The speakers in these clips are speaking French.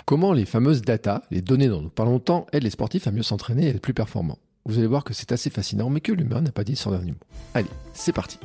Comment les fameuses data, les données dont nous parlons tant, aident les sportifs à mieux s'entraîner et à être plus performants? Vous allez voir que c'est assez fascinant, mais que l'humain n'a pas dit son dernier mot. Allez, c'est parti.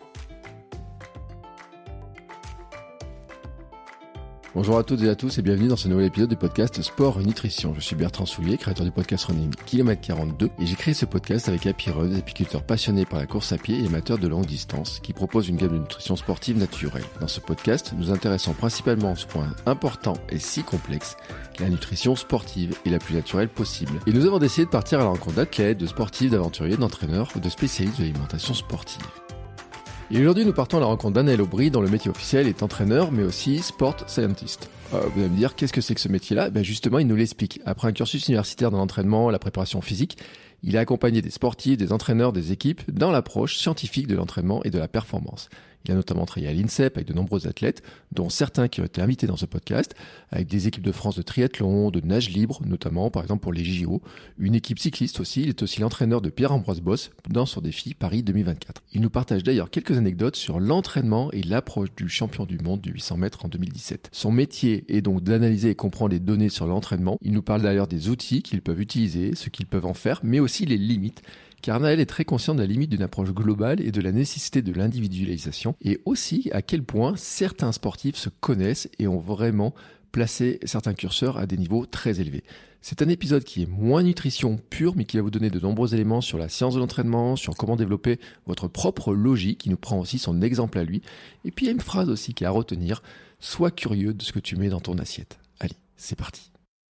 Bonjour à toutes et à tous et bienvenue dans ce nouvel épisode du podcast Sport et Nutrition. Je suis Bertrand Soulier, créateur du podcast Running Kilomètre 42 et j'ai créé ce podcast avec Happy Run, des apiculteurs passionnés par la course à pied et amateurs de longue distance qui proposent une gamme de nutrition sportive naturelle. Dans ce podcast, nous intéressons principalement à ce point important et si complexe, la nutrition sportive est la plus naturelle possible. Et nous avons décidé de partir à la rencontre d'athlètes, de sportifs, d'aventuriers, d'entraîneurs ou de spécialistes de l'alimentation sportive. Et aujourd'hui, nous partons à la rencontre d'Anaël Aubry, dont le métier officiel est entraîneur, mais aussi sport scientist. Vous allez me dire, qu'est-ce que c'est que ce métier-là? Justement, il nous l'explique. Après un cursus universitaire dans l'entraînement, la préparation physique, il a accompagné des sportifs, des entraîneurs, des équipes dans l'approche scientifique de l'entraînement et de la performance. Il a notamment travaillé à l'INSEP avec de nombreux athlètes, dont certains qui ont été invités dans ce podcast, avec des équipes de France de triathlon, de nage libre, notamment par exemple pour les JO, une équipe cycliste aussi. Il est aussi l'entraîneur de Pierre-Ambroise Boss dans son défi Paris 2024. Il nous partage d'ailleurs quelques anecdotes sur l'entraînement et l'approche du champion du monde du 800 mètres en 2017. Son métier est donc d'analyser et comprendre les données sur l'entraînement. Il nous parle d'ailleurs des outils qu'ils peuvent utiliser, ce qu'ils peuvent en faire, mais aussi les limites. Car Anaël est très conscient de la limite d'une approche globale et de la nécessité de l'individualisation, et aussi à quel point certains sportifs se connaissent et ont vraiment placé certains curseurs à des niveaux très élevés. C'est un épisode qui est moins nutrition pure, mais qui va vous donner de nombreux éléments sur la science de l'entraînement, sur comment développer votre propre logique, qui nous prend aussi son exemple à lui. Et puis il y a une phrase aussi qui est à retenir: sois curieux de ce que tu mets dans ton assiette. Allez, c'est parti.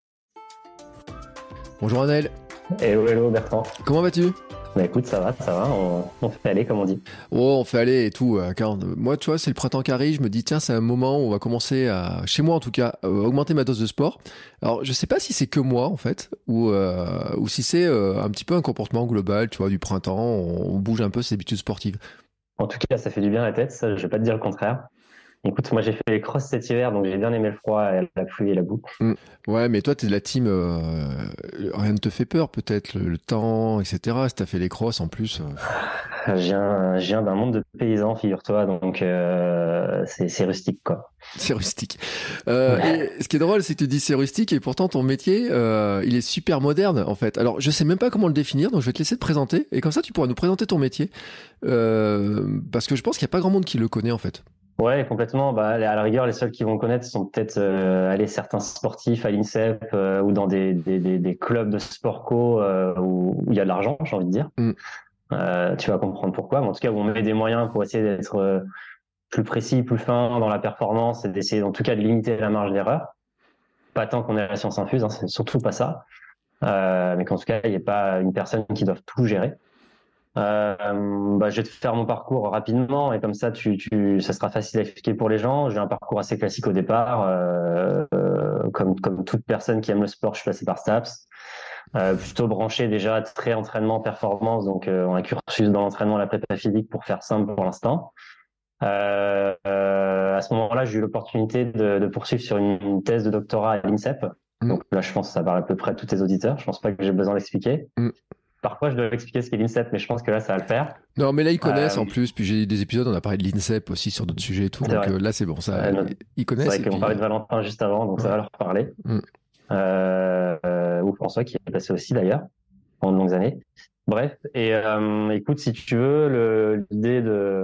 Bonjour Anaël. Hello Bertrand. Comment vas-tu? Écoute, ça va, on fait aller comme on dit. Oh, on fait aller et tout. Car moi, tu vois, c'est le printemps qui arrive. Je me dis, tiens, c'est un moment où on va commencer à, chez moi en tout cas, augmenter ma dose de sport. Alors, je sais pas si c'est que moi en fait, ou si c'est un petit peu un comportement global, tu vois, du printemps. On bouge un peu ses habitudes sportives. En tout cas, ça fait du bien à la tête, ça, je vais pas te dire le contraire. Écoute, moi j'ai fait les crosses cet hiver, donc j'ai bien aimé le froid, la pluie et la boue. Ouais, mais toi, t'es de la team, rien ne te fait peur, peut-être, le temps, etc. Si t'as fait les crosses en plus. Je viens d'un monde de paysans, figure-toi, donc c'est rustique, quoi. C'est rustique. Et ce qui est drôle, c'est que tu dis c'est rustique et pourtant ton métier, il est super moderne en fait. Alors je sais même pas comment le définir, donc je vais te laisser te présenter et comme ça tu pourras nous présenter ton métier parce que je pense qu'il y a pas grand monde qui le connaît en fait. Ouais, complètement. À la rigueur, les seuls qui vont le connaître sont peut-être certains sportifs à l'INSEP ou dans des clubs de sport co où il y a de l'argent, j'ai envie de dire. Tu vas comprendre pourquoi, mais en tout cas où on met des moyens pour essayer d'être plus précis, plus fin dans la performance et d'essayer en tout cas de limiter la marge d'erreur. Pas tant qu'on ait la science infuse, hein, c'est surtout pas ça, mais qu'en tout cas il n'y ait pas une personne qui doive tout gérer. Je vais te faire mon parcours rapidement et comme ça ça sera facile à expliquer pour les gens. J'ai un parcours assez classique au départ, comme toute personne qui aime le sport, je suis passé par STAPS. Plutôt branché déjà très entraînement performance, donc un cursus dans l'entraînement, la prépa physique pour faire simple pour l'instant. À ce moment-là, j'ai eu l'opportunité de poursuivre sur une thèse de doctorat à l'INSEP. Donc là, je pense que ça parle à peu près à tous tes auditeurs. Je pense pas que j'ai besoin d'expliquer. Parfois, je dois expliquer ce qu'est l'INSEP, mais je pense que là, ça va le faire. Non, mais là, ils connaissent en plus. Puis j'ai eu des épisodes, on a parlé de l'INSEP aussi sur d'autres sujets et tout. Donc là, c'est bon, ça, ils connaissent. C'est vrai qu'on parlait de Valentin juste avant, donc ça va leur parler. Ou François, qui est passé aussi d'ailleurs, pendant de longues années. Bref, et écoute, si tu veux, l'idée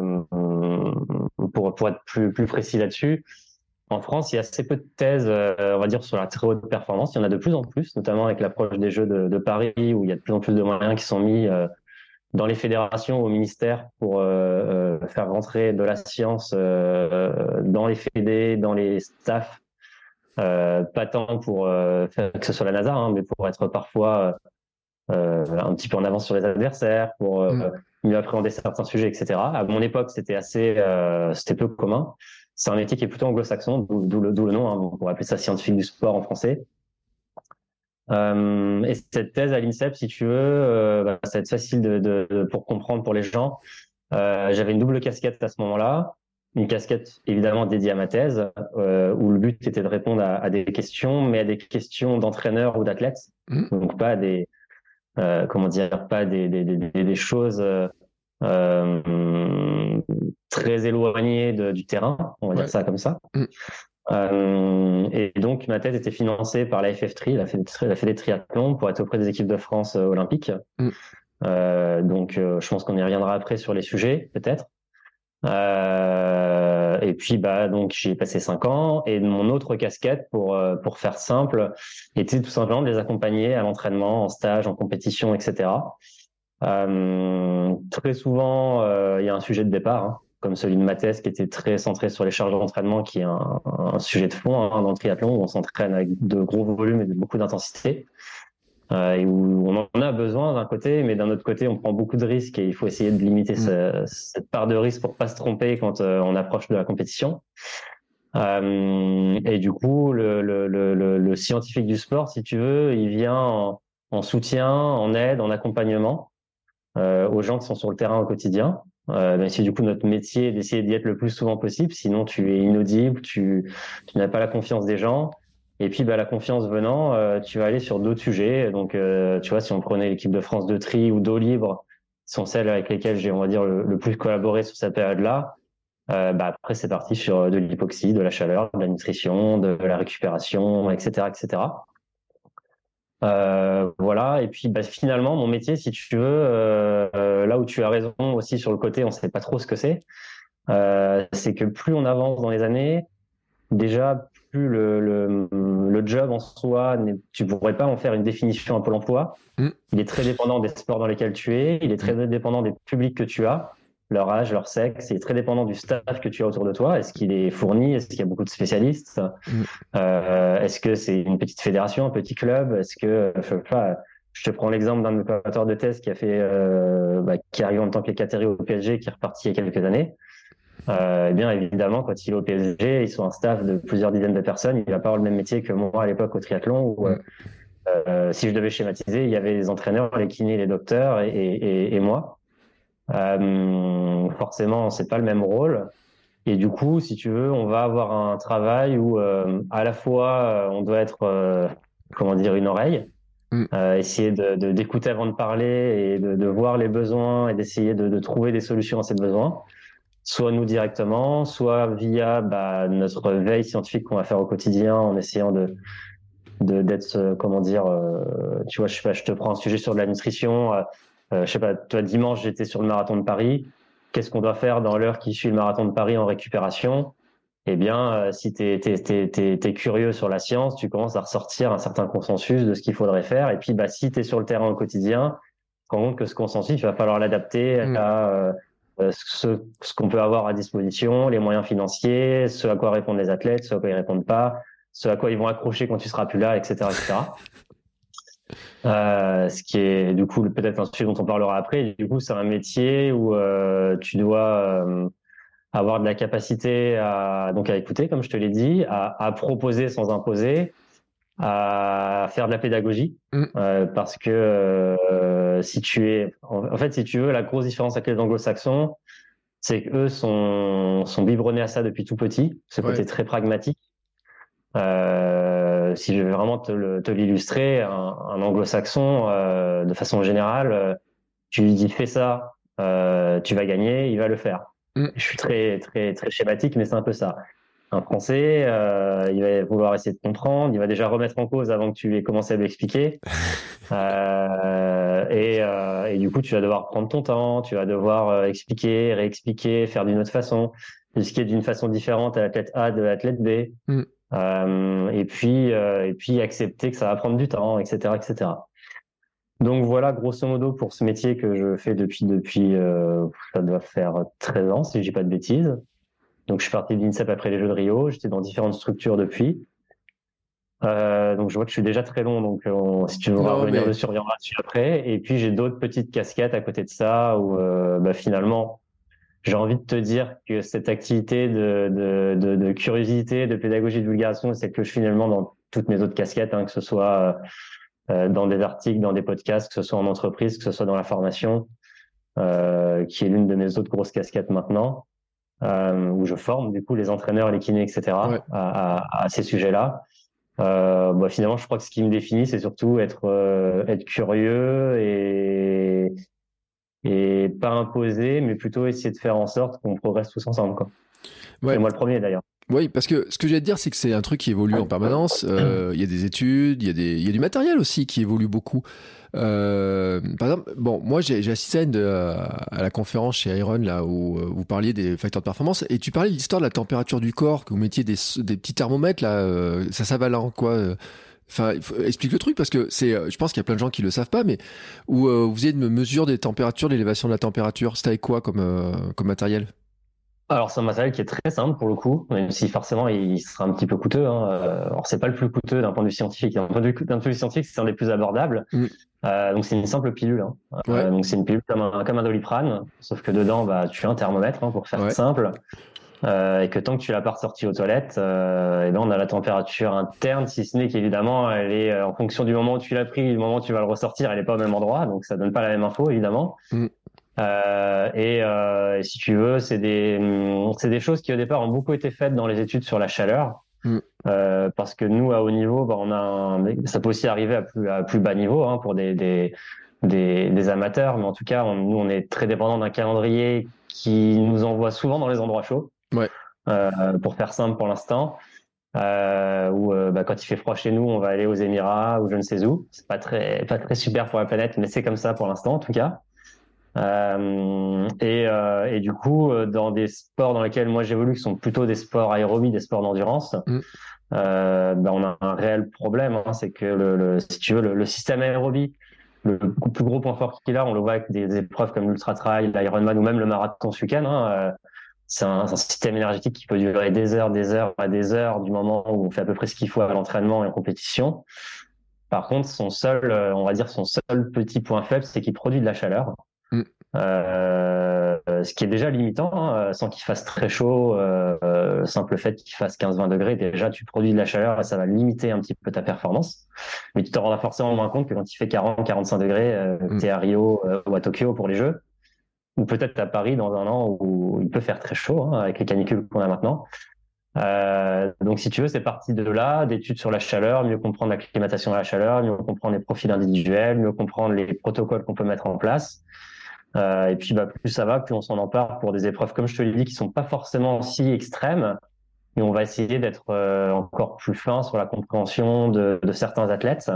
pour être plus précis là-dessus, en France, il y a assez peu de thèses, on va dire, sur la très haute performance. Il y en a de plus en plus, notamment avec l'approche des Jeux de Paris, où il y a de plus en plus de moyens qui sont mis dans les fédérations, au ministère, pour faire rentrer de la science dans les fédés, dans les staffs. Pas tant pour faire que ce soit la NASA, hein, mais pour être parfois un petit peu en avance sur les adversaires, pour mieux appréhender certains sujets, etc. À mon époque, c'était peu commun. C'est un métier qui est plutôt anglo-saxon, d'où le nom, hein, on pourrait appeler ça scientifique du sport en français. Et cette thèse à l'INSEP, si tu veux, ça va être facile pour comprendre pour les gens. J'avais une double casquette à ce moment-là. Une casquette évidemment dédiée à ma thèse, où le but était de répondre à des questions, mais à des questions d'entraîneurs ou d'athlètes. Donc pas des choses très éloignées du terrain, on va dire ça comme ça. Et donc, ma thèse était financée par la FF3, la Fédé Triathlon, pour être auprès des équipes de France olympiques. Mm. Donc, je pense qu'on y reviendra après sur les sujets, peut-être. Et puis, donc, j'y ai passé 5 ans. Et mon autre casquette, pour faire simple, était tout simplement de les accompagner à l'entraînement, en stage, en compétition, etc. Très souvent, il y a un sujet de départ, hein, comme celui de ma thèse, qui était très centré sur les charges d'entraînement, qui est un sujet de fond, hein, dans le triathlon, où on s'entraîne avec de gros volumes et de beaucoup d'intensité, et où on en a besoin d'un côté, mais d'un autre côté, on prend beaucoup de risques et il faut essayer de limiter cette part de risque pour pas se tromper quand on approche de la compétition. Et du coup, le scientifique du sport, si tu veux, il vient en soutien, en aide, en accompagnement aux gens qui sont sur le terrain au quotidien. Mais c'est du coup notre métier d'essayer d'y être le plus souvent possible, sinon tu es inaudible, tu n'as pas la confiance des gens. Et puis la confiance venant, tu vas aller sur d'autres sujets. Donc tu vois, si on prenait l'équipe de France de tri ou d'eau libre, ce sont celles avec lesquelles j'ai, on va dire, le plus collaboré sur cette période-là. Après c'est parti sur de l'hypoxie, de la chaleur, de la nutrition, de la récupération, etc., etc. Voilà. Et puis finalement, mon métier, si tu veux, là où tu as raison aussi sur le côté, on ne sait pas trop ce que c'est que plus on avance dans les années, déjà plus le job en soi, tu pourrais pas en faire une définition à Pôle emploi. Il est très dépendant des sports dans lesquels tu es, il est très dépendant des publics que tu as, leur âge, leur sexe, il est très dépendant du staff que tu as autour de toi. Est-ce qu'il est fourni? Est-ce qu'il y a beaucoup de spécialistes? Est-ce que c'est une petite fédération, un petit club? Est-ce que, je sais pas, je te prends l'exemple d'un de mes collaborateurs de thèse qui a fait, qui est arrivé en tant qu'écatérie au PSG, qui est reparti il y a quelques années. Eh bien, évidemment, quand il est au PSG, ils sont un staff de plusieurs dizaines de personnes. Il va pas avoir le même métier que moi à l'époque au triathlon où, si je devais schématiser, il y avait les entraîneurs, les kinés, les docteurs et moi. Forcément, c'est pas le même rôle. Et du coup, si tu veux, on va avoir un travail où à la fois on doit être, comment dire, une oreille, essayer d'écouter avant de parler et de voir les besoins et d'essayer de trouver des solutions à ces besoins, soit nous directement, soit via notre veille scientifique qu'on va faire au quotidien en essayant d'être, comment dire, tu vois, je sais pas, je te prends un sujet sur de la nutrition. Je sais pas, toi, dimanche, j'étais sur le marathon de Paris. Qu'est-ce qu'on doit faire dans l'heure qui suit le marathon de Paris en récupération? Eh bien, si tu es curieux sur la science, tu commences à ressortir un certain consensus de ce qu'il faudrait faire. Et puis, si tu es sur le terrain au quotidien, tu te rends compte que ce consensus, il va falloir l'adapter à ce qu'on peut avoir à disposition, les moyens financiers, ce à quoi répondent les athlètes, ce à quoi ils répondent pas, ce à quoi ils vont accrocher quand tu seras plus là, etc., etc. Ce qui est du coup peut-être un sujet dont on parlera après. Et du coup, c'est un métier où tu dois avoir de la capacité à écouter, comme je te l'ai dit, à proposer sans imposer, à faire de la pédagogie, parce que si tu es, en fait, si tu veux, la grosse différence avec les anglo-saxons, c'est qu'eux sont biberonnés à ça depuis tout petit, ce côté très pragmatique. Si je veux vraiment te l'illustrer, un anglo-saxon, de façon générale, tu lui dis fais ça, tu vas gagner, il va le faire. Je suis très très très schématique, mais c'est un peu ça. Un Français, il va vouloir essayer de comprendre, il va déjà remettre en cause avant que tu aies commencé à lui expliquer. Et du coup, tu vas devoir prendre ton temps, tu vas devoir expliquer, réexpliquer, faire d'une autre façon, expliquer d'une façon différente à l'athlète A de l'athlète B. Et puis accepter que ça va prendre du temps, etc., etc. Donc voilà, grosso modo, pour ce métier que je fais depuis ça doit faire 13 ans, si je dis pas de bêtises. Donc je suis parti de l'INSEP après les Jeux de Rio, j'étais dans différentes structures depuis. Donc je vois que je suis déjà très long, donc si tu veux revenir dessus, on reviendra dessus après. Et puis j'ai d'autres petites casquettes à côté de ça où finalement j'ai envie de te dire que cette activité de curiosité, de pédagogie, de vulgarisation, c'est que je finalement dans toutes mes autres casquettes, hein, que ce soit dans des articles, dans des podcasts, que ce soit en entreprise, que ce soit dans la formation, qui est l'une de mes autres grosses casquettes maintenant, où je forme du coup les entraîneurs, les kinés, etc. À ces sujets-là. Finalement, je crois que ce qui me définit, c'est surtout être curieux et pas imposer, mais plutôt essayer de faire en sorte qu'on progresse tous ensemble, quoi. Ouais. Et moi le premier d'ailleurs. Oui, parce que ce que j'ai à te dire, c'est que c'est un truc qui évolue en permanence. Il y a des études, il y a du matériel aussi qui évolue beaucoup. Par exemple, bon, moi j'ai assisté à la conférence chez Iron là où vous parliez des facteurs de performance et tu parlais de l'histoire de la température du corps, que vous mettiez des petits thermomètres là, ça s'avale en quoi Enfin, explique le truc parce que je pense qu'il y a plein de gens qui le savent pas, mais où vous faisiez une mesure des températures, de l'élévation de la température. C'était avec quoi comme matériel? Alors, c'est un matériel qui est très simple pour le coup, même si forcément il sera un petit peu coûteux, hein. Alors, c'est pas le plus coûteux d'un point de vue scientifique. D'un point de vue scientifique, c'est un des plus abordables. Mm. Donc, c'est une simple pilule, hein. Ouais, Donc, c'est une pilule comme un Doliprane, sauf que dedans, bah, tu as un thermomètre, hein, pour faire ouais. simple. Et que tant que tu l'as pas ressorti aux toilettes, et ben on a la température interne, si ce n'est qu'évidemment, elle est en fonction du moment où tu l'as pris, du moment où tu vas le ressortir, elle est pas au même endroit, donc ça donne pas la même info, évidemment. Mm. Et si tu veux, c'est des choses qui au départ ont beaucoup été faites dans les études sur la chaleur, Mm. parce que nous à haut niveau, bah, ça peut aussi arriver à plus bas niveau, hein, pour des amateurs, mais en tout cas, nous on est très dépendant d'un calendrier qui nous envoie souvent dans les endroits chauds. Ouais. Pour faire simple pour l'instant, où bah, quand il fait froid chez nous, on va aller aux Émirats ou je ne sais où. C'est pas très super pour la planète, mais c'est comme ça pour l'instant en tout cas. Et du coup, dans des sports dans lesquels moi j'évolue, qui sont plutôt des sports aérobie, des sports d'endurance, Mm. bah, on a un réel problème, hein, c'est que si tu veux, le système aérobie, le plus gros point fort qu'il a, on le voit avec des épreuves comme l'ultra trail, l'Ironman ou même le marathon Sukan, hein, c'est un système énergétique qui peut durer des heures et des heures du moment où on fait à peu près ce qu'il faut à l'entraînement et en compétition. Par contre, on va dire son seul petit point faible, c'est qu'il produit de la chaleur. Mm. Ce qui est déjà limitant, hein, sans qu'il fasse très chaud, simple fait qu'il fasse 15-20 degrés, déjà tu produis de la chaleur et ça va limiter un petit peu ta performance. Mais tu t'en rendras forcément moins compte que quand il fait 40-45 degrés, Mm. tu es à Rio ou à Tokyo pour les Jeux, ou peut-être à Paris dans un an où il peut faire très chaud, hein, avec les canicules qu'on a maintenant. Donc si tu veux, c'est parti de là, d'études sur la chaleur, mieux comprendre l'acclimatation à la chaleur, mieux comprendre les profils individuels, mieux comprendre les protocoles qu'on peut mettre en place. Et puis, bah, plus ça va, plus on s'en empare pour des épreuves, comme je te l'ai dit, qui sont pas forcément si extrêmes. Et on va essayer d'être encore plus fin sur la compréhension de certains athlètes,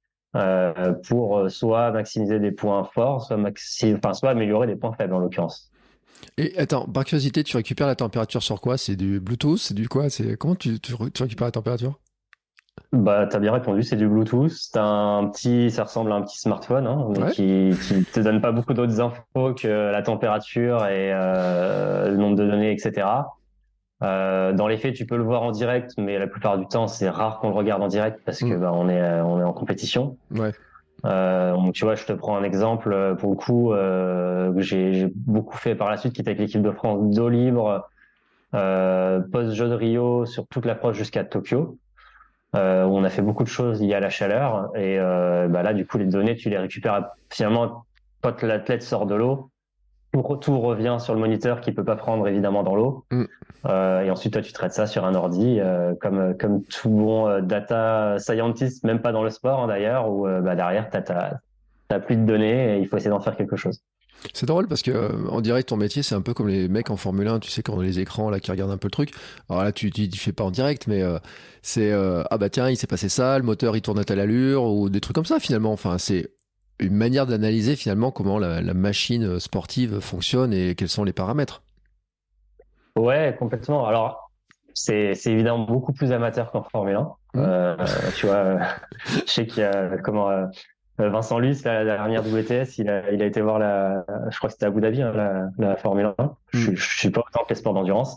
pour soit maximiser des points forts, soit améliorer des points faibles en l'occurrence. Et attends, par curiosité, tu récupères la température sur quoi? C'est du Bluetooth? C'est du quoi? Comment tu récupères la température? Bah, t'as bien répondu, c'est du Bluetooth. Ça ressemble à un petit smartphone, hein, mais Ouais. qui te donne pas beaucoup d'autres infos que la température et le nombre de données, etc. Dans les faits, tu peux le voir en direct, mais la plupart du temps, c'est rare qu'on le regarde en direct parce que Mm. bah, on est en compétition. Ouais. Donc, tu vois, je te prends un exemple pour le coup, que j'ai beaucoup fait par la suite, qui était avec l'équipe de France d'eau libre, post-Jeux de Rio sur toute l'approche jusqu'à Tokyo, où on a fait beaucoup de choses liées à la chaleur. Et bah, là, du coup, les données, tu les récupères finalement quand l'athlète sort de l'eau. Tout revient sur le moniteur qui peut pas prendre évidemment dans l'eau. Mm. Et ensuite, toi, tu traites ça sur un ordi, comme tout bon data scientist, même pas dans le sport, hein, d'ailleurs, où bah, derrière, t'as plus de données et il faut essayer d'en faire quelque chose. C'est drôle parce que en direct, ton métier, c'est un peu comme les mecs en Formule 1, tu sais, quand on a les écrans là qui regardent un peu le truc. Alors là, tu fais pas en direct, mais ah bah tiens, il s'est passé ça, le moteur il tourne à telle allure ou des trucs comme ça finalement. Enfin, c'est une manière d'analyser finalement comment la machine sportive fonctionne et quels sont les paramètres. Ouais, complètement. Alors, c'est évidemment beaucoup plus amateur qu'en Formule 1. Hmm. Tu vois, je sais qu'il y a Vincent Luis, la dernière WTS, il a été voir je crois que c'était à Abu Dhabi, hein, la Formule 1. Hmm. Je suis pas autant que les sports d'endurance.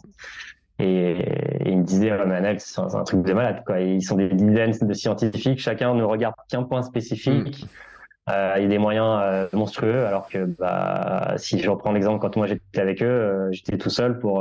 Et il me disait, ouais, mais Alex, c'est un truc de malade, quoi. Ils sont des dizaines de scientifiques, chacun ne regarde qu'un point Hmm. spécifique. Il y a des moyens monstrueux, alors que bah, si je reprends l'exemple, quand moi j'étais avec eux, j'étais tout seul pour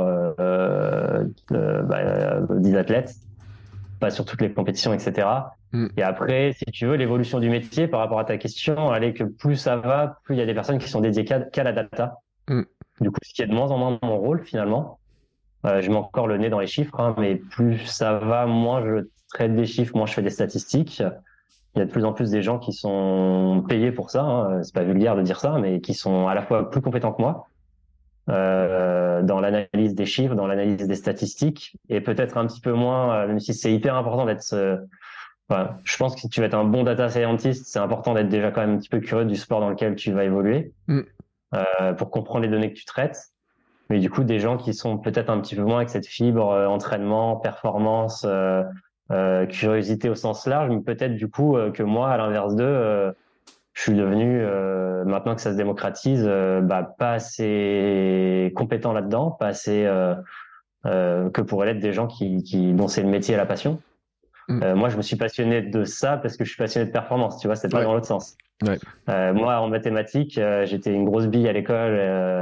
10 athlètes, pas sur toutes les compétitions, etc. Hmm. Et après, si tu veux, l'évolution du métier par rapport à ta question, elle est que plus ça va, plus il y a des personnes qui sont dédiées qu'à la data. Hmm. Du coup, ce qui est de moins en moins mon rôle finalement. Je mets encore le nez dans les chiffres, hein, mais plus ça va, moins je traite des chiffres, moins je fais des statistiques. Il y a de plus en plus des gens qui sont payés pour ça, hein. C'est pas vulgaire de dire ça, mais qui sont à la fois plus compétents que moi dans l'analyse des chiffres, dans l'analyse des statistiques, et peut-être un petit peu moins, même si c'est hyper important d'être... Voilà. Je pense que si tu veux être un bon data scientist, c'est important d'être déjà quand même un petit peu curieux du sport dans lequel tu vas évoluer, pour comprendre les données que tu traites. Mais du coup, des gens qui sont peut-être un petit peu moins avec cette fibre entraînement, performance, curiosité au sens large, mais peut-être du coup que moi, à l'inverse d'eux, je suis devenu, maintenant que ça se démocratise, pas assez compétent là-dedans, pas assez que pourraient l'être des gens dont c'est le métier et la passion. Moi, je me suis passionné de ça parce que je suis passionné de performance, tu vois, c'est pas dans l'autre sens. Ouais. Moi, en mathématiques, j'étais une grosse bille à l'école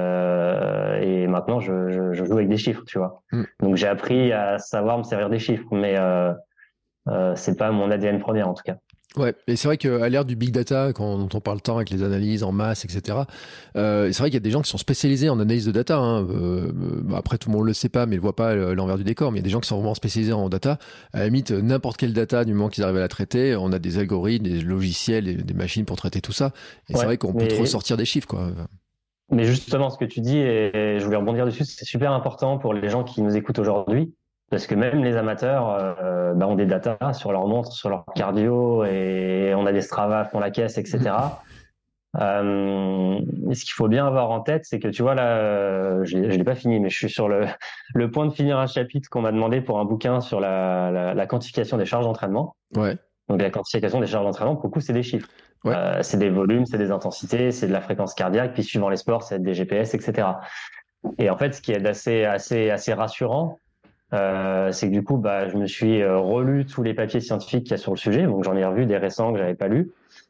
et maintenant, je joue avec des chiffres, tu vois. Donc, j'ai appris à savoir me servir des chiffres, mais c'est pas mon ADN premier, en tout cas. Ouais, et c'est vrai qu'à l'ère du big data, quand on parle tant avec les analyses en masse, etc., c'est vrai qu'il y a des gens qui sont spécialisés en analyse de data. Hein. Après, tout le monde le sait pas, mais ne voit pas l'envers du décor. Mais il y a des gens qui sont vraiment spécialisés en data. À la limite, n'importe quelle data, du moment qu'ils arrivent à la traiter, on a des algorithmes, des logiciels, et des machines pour traiter tout ça. Et c'est vrai qu'on peut trop sortir des chiffres, quoi. Mais justement, ce que tu dis, et je voulais rebondir dessus, c'est super important pour les gens qui nous écoutent aujourd'hui. Parce que même les amateurs ont des datas sur leur montre, sur leur cardio, et on a des Strava à fond la caisse, etc. Et ce qu'il faut bien avoir en tête, c'est que tu vois là, je l'ai pas fini, mais je suis sur le point de finir un chapitre qu'on m'a demandé pour un bouquin sur la quantification des charges d'entraînement. Ouais. Donc la quantification des charges d'entraînement, pour le coup, c'est des chiffres. Ouais. C'est des volumes, c'est des intensités, c'est de la fréquence cardiaque, puis suivant les sports, c'est des GPS, etc. Et en fait, ce qui est assez rassurant, c'est que du coup, je me suis relu tous les papiers scientifiques qu'il y a sur le sujet. Donc, j'en ai revu des récents que j'avais pas lus.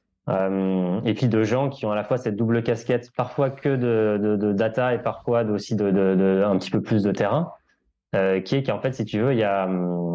Et puis de gens qui ont à la fois cette double casquette, parfois que de data et parfois aussi un petit peu plus de terrain, qui est qu'en fait, si tu veux, il y a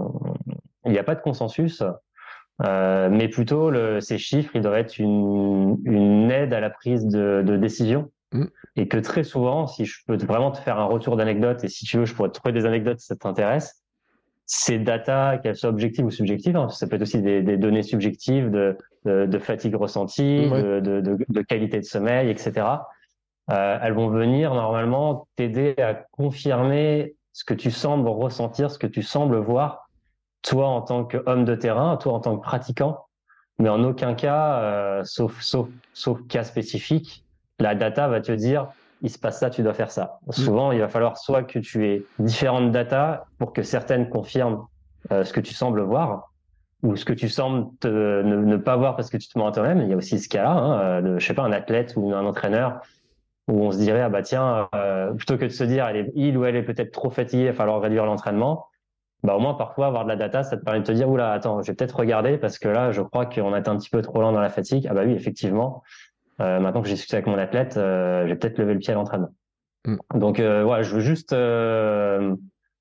pas de consensus, mais plutôt ces chiffres, ils doivent être une aide à la prise de décision. Et que très souvent, si je peux vraiment te faire un retour d'anecdotes, et si tu veux, je pourrais te trouver des anecdotes si ça t'intéresse, ces data, qu'elles soient objectives ou subjectives, hein, ça peut être aussi des données subjectives de fatigue ressentie, de qualité de sommeil, etc. Elles vont venir normalement t'aider à confirmer ce que tu sembles ressentir, ce que tu sembles voir, toi en tant qu'homme de terrain, toi en tant que pratiquant, mais en aucun cas, sauf cas spécifique, la data va te dire il se passe ça, tu dois faire ça. Souvent, il va falloir soit que tu aies différentes data pour que certaines confirment ce que tu sembles voir, ou ce que tu sembles ne pas voir parce que tu te mens à toi-même. Il y a aussi ce cas-là, hein, je sais pas, un athlète ou un entraîneur, où on se dirait ah bah tiens, plutôt que de se dire il ou elle est peut-être trop fatigué, il va falloir réduire l'entraînement. Au moins parfois avoir de la data, ça te permet de te dire oula, attends, je vais peut-être regarder parce que là, je crois qu'on est un petit peu trop lent dans la fatigue. Ah bah oui, effectivement. Maintenant que j'ai discuté avec mon athlète, j'ai peut-être levé le pied à l'entraînement. Donc je veux juste, je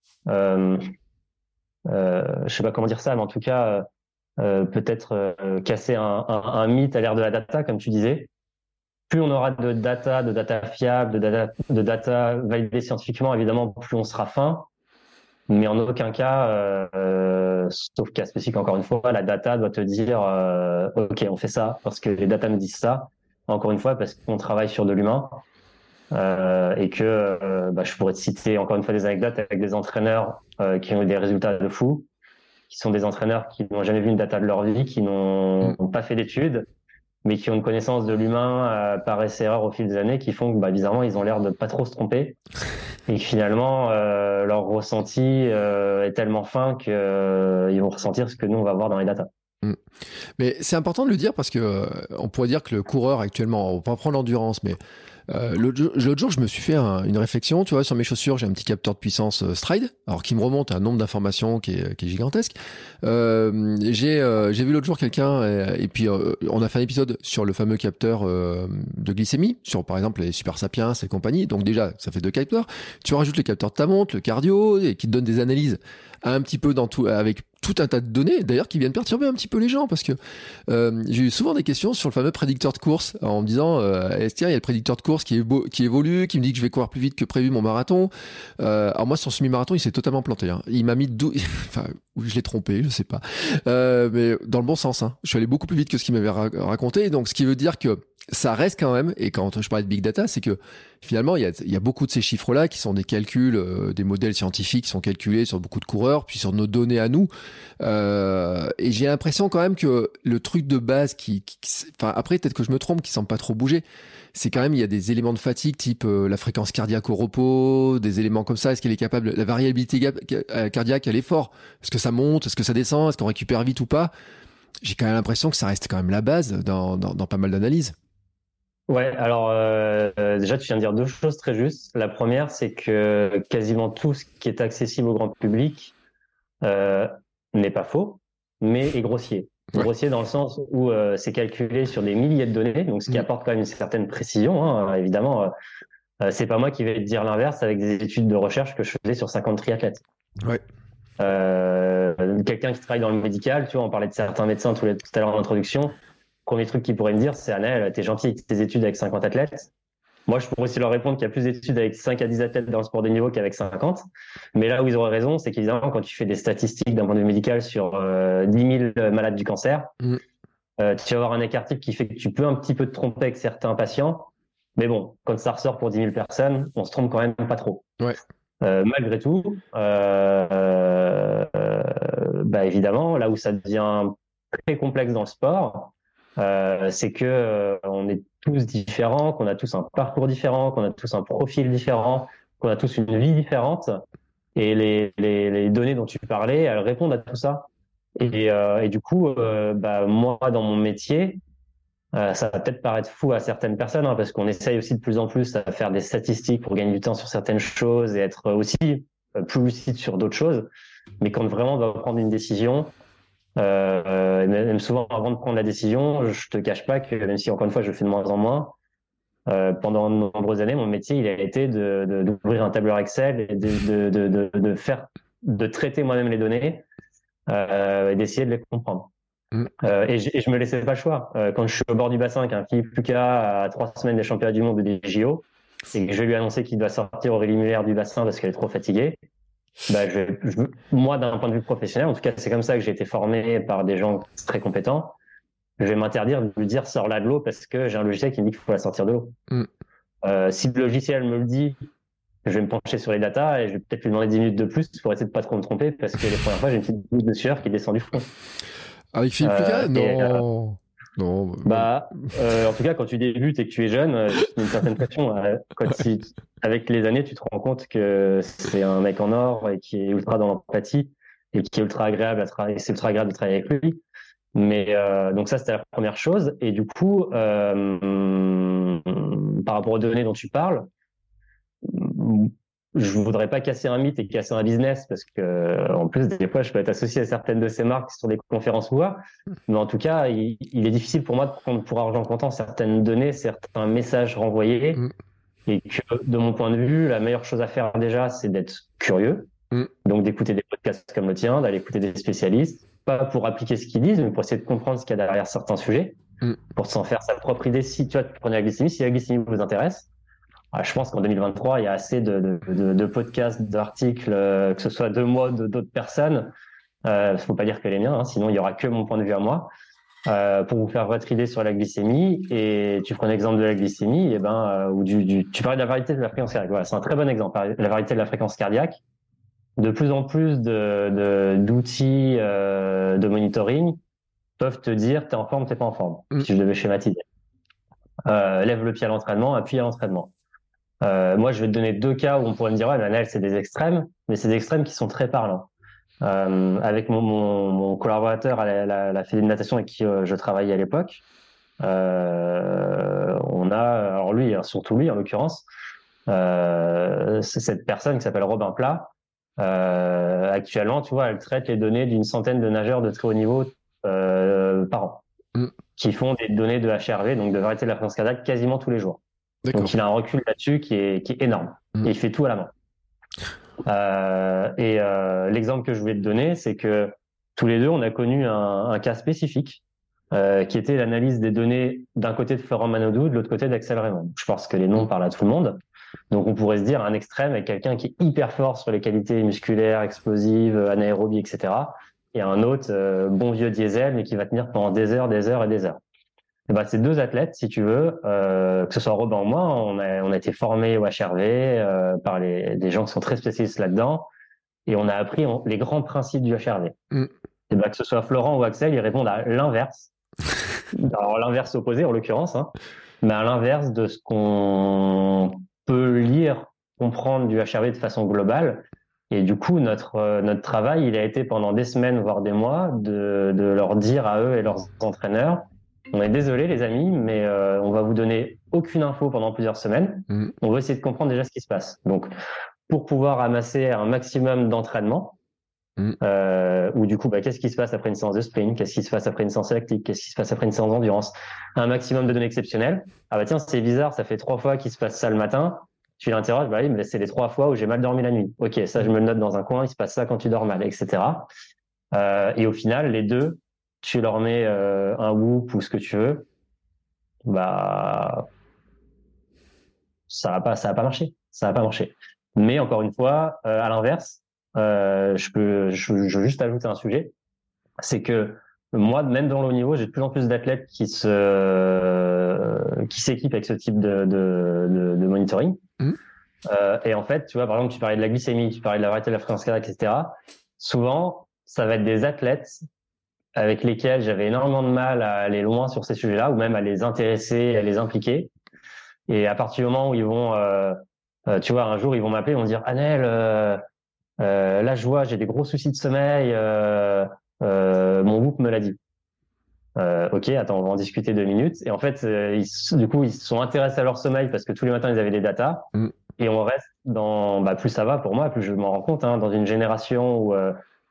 sais pas comment dire ça, mais en tout cas, peut-être casser un mythe à l'ère de la data, comme tu disais. Plus on aura de data fiable, de data validée scientifiquement, évidemment, plus on sera fin. Mais en aucun cas, sauf cas spécifique, encore une fois, la data doit te dire OK, on fait ça parce que les data me disent ça. Encore une fois, parce qu'on travaille sur de l'humain et que je pourrais te citer encore une fois des anecdotes avec des entraîneurs qui ont eu des résultats de fou, qui sont des entraîneurs qui n'ont jamais vu une data de leur vie, qui n'ont pas fait d'études, mais qui ont une connaissance de l'humain par essai-erreur au fil des années, qui font que bizarrement, ils ont l'air de pas trop se tromper. Et que finalement, leur ressenti est tellement fin qu'ils vont ressentir ce que nous, on va voir dans les datas. Mais c'est important de le dire parce que on pourrait dire que le coureur actuellement, on va pas prendre l'endurance, mais l'autre jour, je me suis fait une réflexion, tu vois, sur mes chaussures, j'ai un petit capteur de puissance Stride, alors qui me remonte à un nombre d'informations qui est gigantesque. J'ai vu l'autre jour quelqu'un, et puis on a fait un épisode sur le fameux capteur de glycémie, sur par exemple les Super Sapiens et compagnie. Donc déjà, ça fait 2 capteurs. Tu rajoutes les capteurs de ta montre, le cardio, et qui te donne des analyses un petit peu avec tout un tas de données, d'ailleurs, qui viennent perturber un petit peu les gens, parce que j'ai eu souvent des questions sur le fameux prédicteur de course, en me disant, tiens, il y a le prédicteur de course qui évolue, qui me dit que je vais courir plus vite que prévu mon marathon. Alors moi, sur semi-marathon, il s'est totalement planté. Hein. Il m'a mis enfin, je l'ai trompé, je sais pas. Mais dans le bon sens. Hein. Je suis allé beaucoup plus vite que ce qu'il m'avait raconté. Donc, ce qui veut dire que ça reste quand même, et quand je parlais de big data, c'est que finalement, il y a beaucoup de ces chiffres-là qui sont des calculs, des modèles scientifiques qui sont calculés sur beaucoup de coureurs, puis sur nos données à nous. Et j'ai l'impression quand même que le truc de base enfin, après, peut-être que je me trompe, qui semble pas trop bouger, c'est quand même, il y a des éléments de fatigue type la fréquence cardiaque au repos, des éléments comme ça. Est-ce qu'elle est capable, la variabilité cardiaque, elle est forte? Est-ce que ça monte? Est-ce que ça descend? Est-ce qu'on récupère vite ou pas? J'ai quand même l'impression que ça reste quand même la base dans pas mal d'analyses. Ouais, alors déjà, tu viens de dire deux choses très justes. La première, c'est que quasiment tout ce qui est accessible au grand public n'est pas faux, mais est grossier. Ouais. Grossier dans le sens où c'est calculé sur des milliers de données, donc ce qui apporte quand même une certaine précision. Hein, évidemment, c'est pas moi qui vais te dire l'inverse avec des études de recherche que je faisais sur 50 triathlètes. Ouais. Quelqu'un qui travaille dans le médical, tu vois, on parlait de certains médecins tout à l'heure en introduction. Premier truc qu'il pourrait me dire, c'est Annel, t'es gentil avec tes études avec 50 athlètes. Moi, je pourrais aussi leur répondre qu'il y a plus d'études avec 5 à 10 athlètes dans le sport de niveau qu'avec 50. Mais là où ils auraient raison, c'est qu'évidemment, quand tu fais des statistiques d'un point de vue médical sur 10 000 malades du cancer, tu vas avoir un écart type qui fait que tu peux un petit peu te tromper avec certains patients. Mais bon, quand ça ressort pour 10 000 personnes, on se trompe quand même pas trop. Ouais. Malgré tout, bah évidemment, là où ça devient très complexe dans le sport, c'est que on est tous différents, qu'on a tous un parcours différent, qu'on a tous un profil différent, qu'on a tous une vie différente. Et les données dont tu parlais, elles répondent à tout ça. Et du coup, bah, moi, dans mon métier, ça va peut-être paraître fou à certaines personnes, hein, parce qu'on essaye aussi de plus en plus à faire des statistiques pour gagner du temps sur certaines choses et être aussi plus lucide sur d'autres choses. Mais quand vraiment on va prendre une décision, même souvent avant de prendre la décision, je te cache pas que même si encore une fois je le fais de moins en moins, pendant de nombreuses années, mon métier il a été d'ouvrir un tableur Excel et de traiter moi-même les données et d'essayer de les comprendre. Et je me laissais pas le choix. Quand je suis au bord du bassin, qu'un Philippe Lucas à 3 semaines des championnats du monde des JO, et que je lui annoncer qu'il doit sortir Aurélie Muller du bassin parce qu'elle est trop fatiguée, bah moi, d'un point de vue professionnel, en tout cas, c'est comme ça que j'ai été formé par des gens très compétents. Je vais m'interdire de lui dire sors-la de l'eau parce que j'ai un logiciel qui me dit qu'il faut la sortir de l'eau. Si le logiciel me le dit, je vais me pencher sur les datas et je vais peut-être lui demander 10 minutes de plus pour essayer de pas trop me tromper parce que les premières fois, j'ai une petite goutte de sueur qui descend du front. Avec Philippe Lucas? Non. Non. En tout cas, quand tu débutes et que tu es jeune, c'est une certaine pression. Avec les années, tu te rends compte que c'est un mec en or et qui est ultra dans l'empathie et qui est ultra agréable à travailler. C'est ultra agréable de travailler avec lui. Mais donc ça, c'était la première chose. Et du coup, par rapport aux données dont tu parles, je voudrais pas casser un mythe et casser un business parce que en plus des fois je peux être associé à certaines de ces marques sur des conférences ou quoi, mais en tout cas il est difficile pour moi de prendre pour argent comptant certaines données, certains messages renvoyés et que de mon point de vue la meilleure chose à faire déjà c'est d'être curieux, donc d'écouter des podcasts comme le tien, d'aller écouter des spécialistes, pas pour appliquer ce qu'ils disent mais pour essayer de comprendre ce qu'il y a derrière certains sujets, pour s'en faire sa propre idée. Si tu vois, tu prenais la glycémie, si la glycémie vous intéresse, je pense qu'en 2023, il y a assez de podcasts, d'articles, que ce soit de moi, d'autres personnes. Faut pas dire que les miens, hein, sinon il y aura que mon point de vue à moi, pour vous faire votre idée sur la glycémie. Et tu prends l'exemple de la glycémie, et ou tu parlais de la variété de la fréquence cardiaque. Voilà, c'est un très bon exemple. La variété de la fréquence cardiaque. De plus en plus d'outils de monitoring peuvent te dire t'es en forme, t'es pas en forme. Si je devais schématiser. Lève le pied à l'entraînement, appuie à l'entraînement. Moi, je vais te donner 2 cas où on pourrait me dire, ouais, Manel, c'est des extrêmes, mais c'est des extrêmes qui sont très parlants. Avec mon collaborateur à la fédé de natation avec qui je travaillais à l'époque, on a, alors lui, surtout lui en l'occurrence, c'est cette personne qui s'appelle Robin Plat. Actuellement, tu vois, elle traite les données d'une centaine de nageurs de très haut niveau par an, qui font des données de HRV, donc de variété de la fréquence cardiaque, quasiment tous les jours. D'accord. Donc il a un recul là-dessus qui est énorme. Et il fait tout à la main. L'exemple que je voulais te donner, c'est que tous les deux, on a connu un cas spécifique qui était l'analyse des données d'un côté de Florent Manodou, de l'autre côté d'Axel Raymond. Je pense que les noms parlent à tout le monde. Donc, on pourrait se dire un extrême avec quelqu'un qui est hyper fort sur les qualités musculaires, explosives, anaérobies, etc. Et un autre, bon vieux diesel, mais qui va tenir pendant des heures, des heures et des heures. Et ben, ces deux athlètes, si tu veux, que ce soit Robin ou moi, on a été formés au HRV par des gens qui sont très spécialistes là-dedans, et on a appris les grands principes du HRV. Et ben, que ce soit Florent ou Axel, ils répondent à l'inverse. Alors l'inverse opposé en l'occurrence, hein, mais à l'inverse de ce qu'on peut lire, comprendre du HRV de façon globale. Et du coup, notre travail, il a été pendant des semaines, voire des mois, de leur dire à eux et leurs entraîneurs, on est désolé les amis, mais on va vous donner aucune info pendant plusieurs semaines. On va essayer de comprendre déjà ce qui se passe. Donc, pour pouvoir amasser un maximum d'entraînement, ou du coup, qu'est-ce qui se passe après une séance de sprint, qu'est-ce qui se passe après une séance lactique, qu'est-ce qui se passe après une séance d'endurance, un maximum de données exceptionnelles. Ah bah tiens, c'est bizarre, ça fait 3 fois qu'il se passe ça le matin. Tu l'interroges, bah oui, mais c'est les 3 fois où j'ai mal dormi la nuit. Ok, ça je me le note dans un coin, il se passe ça quand tu dors mal, etc. Et au final, les deux, tu leur mets un Whoop ou ce que tu veux, bah ça va pas marcher, ça va pas marcher. Mais encore une fois, à l'inverse, je veux juste ajouter un sujet, c'est que moi, même dans le haut niveau, j'ai de plus en plus d'athlètes qui s'équipent avec ce type de monitoring. Et en fait, tu vois, par exemple, tu parlais de la glycémie, tu parlais de la variété de la fréquence cardiaque, etc. Souvent, ça va être des athlètes avec lesquels j'avais énormément de mal à aller loin sur ces sujets-là, ou même à les intéresser, à les impliquer. Et à partir du moment où ils vont, tu vois, un jour, ils vont m'appeler, ils vont me dire, Anel, là, je vois, j'ai des gros soucis de sommeil, mon Whoop me l'a dit. Ok, attends, on va en discuter 2 minutes. Et en fait, du coup, ils se sont intéressés à leur sommeil parce que tous les matins, ils avaient des datas. Et on reste dans, plus ça va pour moi, plus je m'en rends compte, hein, dans une génération où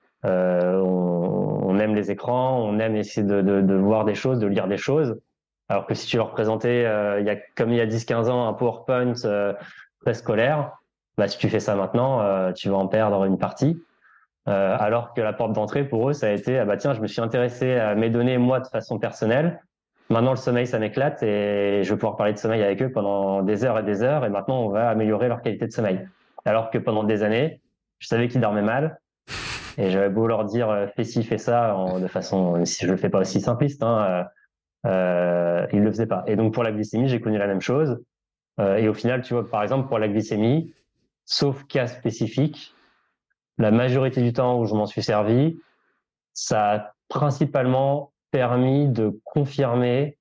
on aime les écrans, on aime essayer de voir des choses, de lire des choses. Alors que si tu leur présentais, comme il y a 10-15 ans, un PowerPoint préscolaire, si tu fais ça maintenant, tu vas en perdre une partie. Alors que la porte d'entrée, pour eux, ça a été, tiens, je me suis intéressé à mes données, moi, de façon personnelle. Maintenant, le sommeil, ça m'éclate et je vais pouvoir parler de sommeil avec eux pendant des heures et des heures. Et maintenant, on va améliorer leur qualité de sommeil. Alors que pendant des années, je savais qu'ils dormaient mal. Et j'avais beau leur dire, fais ci, fais ça, de façon, même si je le fais pas aussi simpliste, hein, ils le faisaient pas. Et donc, pour la glycémie, j'ai connu la même chose. Et au final, tu vois, par exemple, pour la glycémie, sauf cas spécifique, la majorité du temps où je m'en suis servi, ça a principalement permis de confirmer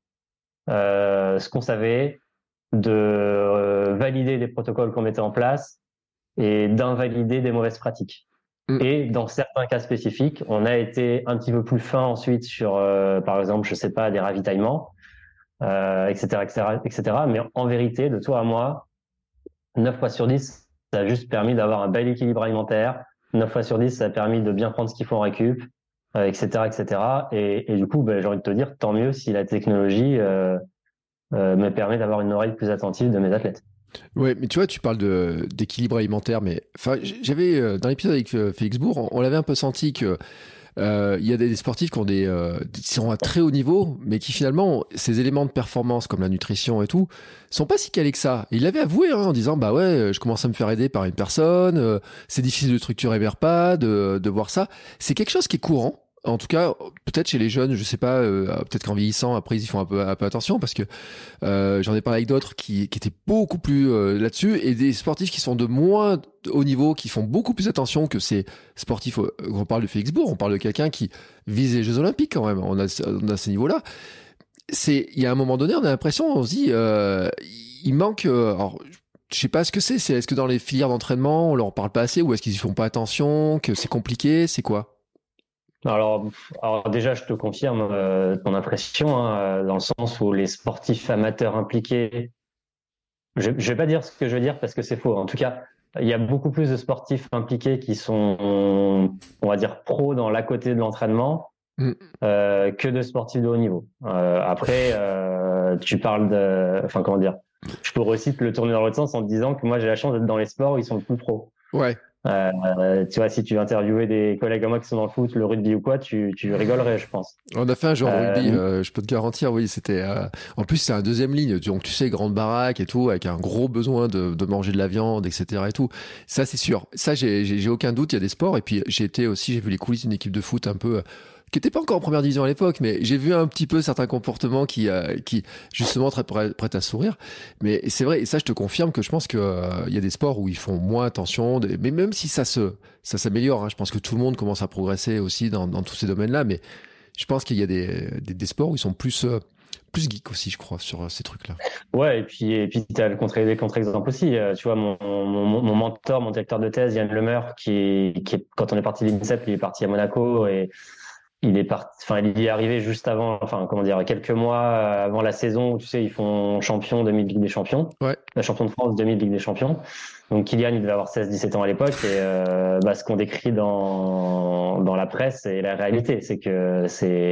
ce qu'on savait, de valider les protocoles qu'on mettait en place et d'invalider des mauvaises pratiques. Et dans certains cas spécifiques, on a été un petit peu plus fin ensuite sur, par exemple, je sais pas, des ravitaillements, etc., etc., etc. Mais en vérité, de toi à moi, 9 fois sur 10, ça a juste permis d'avoir un bel équilibre alimentaire. 9 fois sur 10, ça a permis de bien prendre ce qu'il faut en récup, etc., etc. Et du coup, j'ai envie de te dire, tant mieux si la technologie me permet d'avoir une oreille plus attentive de mes athlètes. Ouais, mais tu vois, tu parles d'équilibre alimentaire, mais j'avais dans l'épisode avec Félix Bourg, on l'avait un peu senti que il y a des sportifs qui sont à très haut niveau, mais qui finalement, ces éléments de performance comme la nutrition et tout, sont pas si calés que ça. Et il l'avait avoué en disant, bah ouais, je commence à me faire aider par une personne, c'est difficile de structurer mes repas, de voir ça. C'est quelque chose qui est courant. En tout cas, peut-être chez les jeunes, je sais pas, peut-être qu'en vieillissant, après, ils y font un peu attention parce que j'en ai parlé avec d'autres qui étaient beaucoup plus là-dessus et des sportifs qui sont de moins haut niveau, qui font beaucoup plus attention que ces sportifs. On parle de Félix Bourg, on parle de quelqu'un qui vise les Jeux Olympiques quand même. On a ce niveau-là. Il y a un moment donné, on a l'impression, on se dit, il manque. Alors, je sais pas ce que c'est. Est-ce que dans les filières d'entraînement, on leur parle pas assez ou est-ce qu'ils y font pas attention, que c'est compliqué, c'est quoi? Alors déjà, je te confirme ton impression, hein, dans le sens où les sportifs amateurs impliqués, je vais pas dire ce que je veux dire parce que c'est faux. En tout cas, il y a beaucoup plus de sportifs impliqués qui sont, on va dire, pros dans l'à côté de l'entraînement que de sportifs de haut niveau. Après, tu parles comment dire, je pourrais aussi te le tourner dans l'autre sens en te disant que moi j'ai la chance d'être dans les sports où ils sont le plus pros. Ouais. Tu vois, si tu interviewais des collègues à moi qui sont dans le foot, le rugby ou quoi, tu rigolerais, je pense. On a fait un jeu en rugby, Euh, je peux te garantir, oui, c'était. En plus, c'est un deuxième ligne, donc tu sais, grande baraque et tout, avec un gros besoin de manger de la viande, etc. et tout. Ça, c'est sûr. Ça, j'ai aucun doute. Il y a des sports. Et puis, j'ai vu les coulisses d'une équipe de foot un peu qui n'était pas encore en première division à l'époque, mais j'ai vu un petit peu certains comportements qui justement, très prêts à sourire. Mais c'est vrai, et ça, je te confirme que je pense que il y a des sports où ils font moins attention. Mais même si ça s'améliore, hein, je pense que tout le monde commence à progresser aussi dans tous ces domaines-là. Mais je pense qu'il y a des sports où ils sont plus geeks aussi, je crois, sur ces trucs-là. ouais, et puis tu as les contre-exemples aussi. Tu vois, mon mentor, mon directeur de thèse, Yann Lemeur, quand on est parti de l'INSEP, il est parti à Monaco et il est parti, enfin, il y est arrivé juste avant, enfin, comment dire, quelques mois avant la saison où, tu sais, ils font champion demi-Ligue des Champions, Ouais. la champion de France demi-Ligue des Champions. Donc, Kylian, il devait avoir 16-17 ans à l'époque et ce qu'on décrit dans la presse et la réalité, c'est que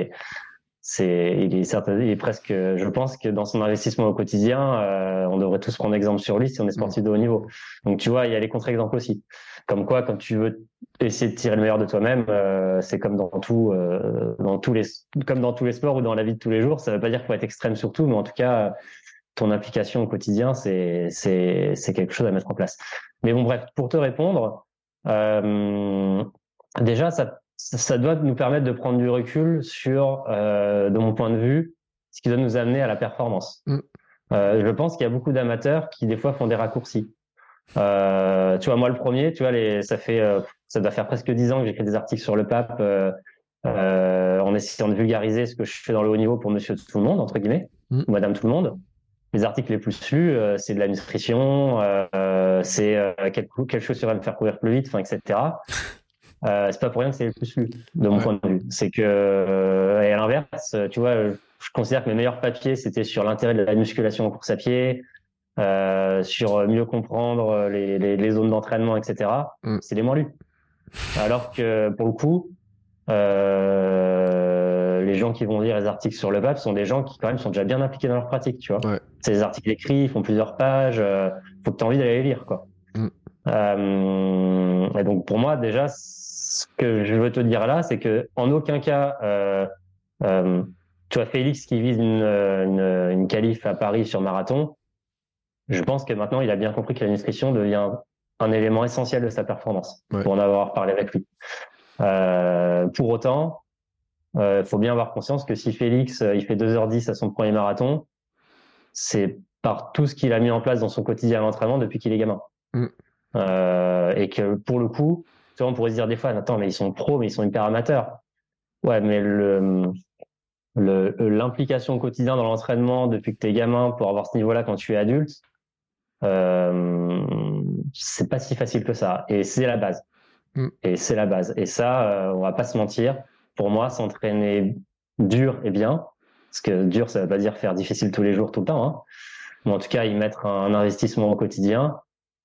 il est presque, je pense que dans son investissement au quotidien, on devrait tous prendre exemple sur lui si on est sportif de haut niveau. Donc, tu vois, il y a les contre-exemples aussi. Comme quoi, quand tu veux essayer de tirer le meilleur de toi-même, c'est comme comme dans tous les sports ou dans la vie de tous les jours. Ça veut pas dire qu'il faut être extrême sur tout, mais en tout cas, ton implication au quotidien, c'est quelque chose à mettre en place. Mais bon, bref, pour te répondre, déjà, ça doit nous permettre de prendre du recul sur, de mon point de vue, ce qui doit nous amener à la performance. Je pense qu'il y a beaucoup d'amateurs qui, des fois, font des raccourcis. Tu vois, moi, le premier, tu vois, ça doit faire presque 10 ans que j'écris des articles sur le pape, en essayant de vulgariser ce que je fais dans le haut niveau pour monsieur tout le monde, entre guillemets, ou madame tout le monde. Les articles les plus lus, c'est de la nutrition, c'est quelle chaussure va me faire courir plus vite, enfin, etc. C'est pas pour rien que c'est le plus lu, de mon point de vue. C'est que, et à l'inverse, tu vois, je considère que mes meilleurs papiers, c'était sur l'intérêt de la musculation en course à pied, sur mieux comprendre les zones d'entraînement, etc. C'est les moins lus. Alors que, pour le coup, les gens qui vont lire les articles sur le pape sont des gens qui, quand même, sont déjà bien impliqués dans leur pratique, tu vois. Ouais. C'est des articles écrits, ils font plusieurs pages, faut que tu aies envie d'aller les lire, quoi. Et donc, pour moi, déjà, ce que je veux te dire là, c'est que en aucun cas, tu vois, Félix qui vise une qualif à Paris sur marathon, je pense que maintenant, il a bien compris que la nutrition devient un élément essentiel de sa performance, pour en avoir parlé avec lui. Pour autant, faut bien avoir conscience que si Félix, il fait 2h10 à son premier marathon, c'est par tout ce qu'il a mis en place dans son quotidien d'entraînement depuis qu'il est gamin. Et que pour le coup, tu vois, on pourrait se dire des fois, attends, mais ils sont pros, mais ils sont hyper amateurs. Ouais, mais l'implication au quotidien dans l'entraînement depuis que t'es gamin pour avoir ce niveau-là quand tu es adulte, c'est pas si facile que ça. Et c'est la base. Et c'est la base. Et ça, on va pas se mentir. Pour moi, s'entraîner dur et bien, parce que dur, ça veut pas dire faire difficile tous les jours, tout le temps, hein. Mais en tout cas, y mettre un investissement au quotidien,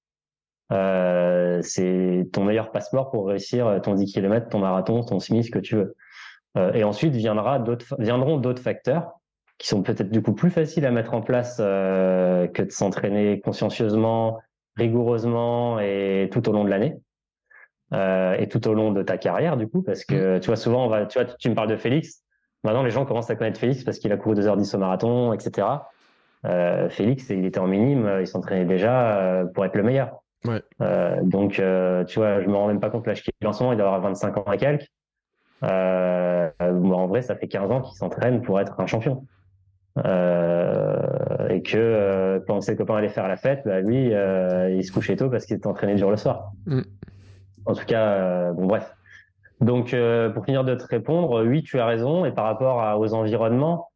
c'est ton meilleur passeport pour réussir ton 10 km, ton marathon, ton semi, ce que tu veux. Et ensuite viendront d'autres facteurs qui sont peut-être du coup plus faciles à mettre en place que de s'entraîner consciencieusement, rigoureusement et tout au long de l'année. Et tout au long de ta carrière, du coup, parce que tu vois, souvent, tu me parles de Félix. Maintenant, les gens commencent à connaître Félix parce qu'il a couru 2h10 au marathon, etc. Félix, il était en minime, il s'entraînait déjà pour être le meilleur. Ouais. Donc, tu vois, je me rends même pas compte l'âge qu'il a en ce moment, il doit avoir 25 ans et quelques. En vrai, ça fait 15 ans qu'il s'entraîne pour être un champion. Et que quand ses copains allaient faire la fête, bah, lui, il se couchait tôt parce qu'il était entraîné dur le soir. En tout cas, bon, bref. Donc, pour finir de te répondre, oui, tu as raison. Et par rapport aux environnements,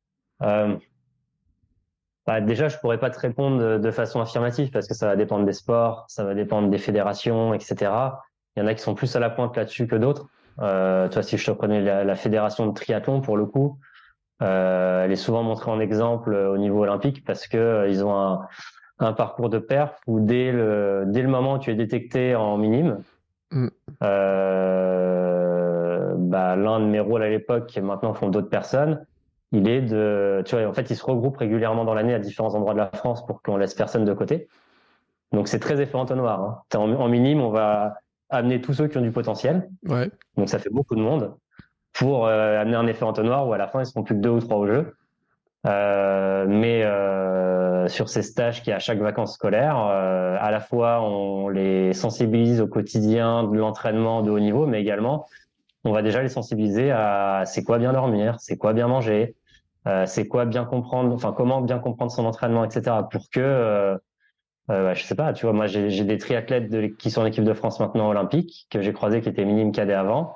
déjà, je pourrais pas te répondre de façon affirmative parce que ça va dépendre des sports, ça va dépendre des fédérations, etc. Il y en a qui sont plus à la pointe là-dessus que d'autres. Toi, si je te prenais la fédération de triathlon, pour le coup, elle est souvent montrée en exemple au niveau olympique parce que ils ont un parcours de perf où dès le moment où tu es détecté en minime, l'un de mes rôles à l'époque, et maintenant font d'autres personnes, tu vois, en fait, ils se regroupent régulièrement dans l'année à différents endroits de la France pour qu'on laisse personne de côté. Donc, c'est très effet entonnoir, hein. T'es en minime, on va amener tous ceux qui ont du potentiel. Ouais. Donc ça fait beaucoup de monde pour amener un effet entonnoir où à la fin ils seront plus que 2 ou 3 au jeu. Mais sur ces stages qui à chaque vacances scolaires, à la fois on les sensibilise au quotidien de l'entraînement de haut niveau, mais également on va déjà les sensibiliser à c'est quoi bien dormir, c'est quoi bien manger, c'est quoi bien comprendre, enfin comment bien comprendre son entraînement, etc. Pour que je sais pas, tu vois, moi j'ai des triathlètes qui sont en équipe de France maintenant olympique que j'ai croisés qui étaient minimes cadets avant.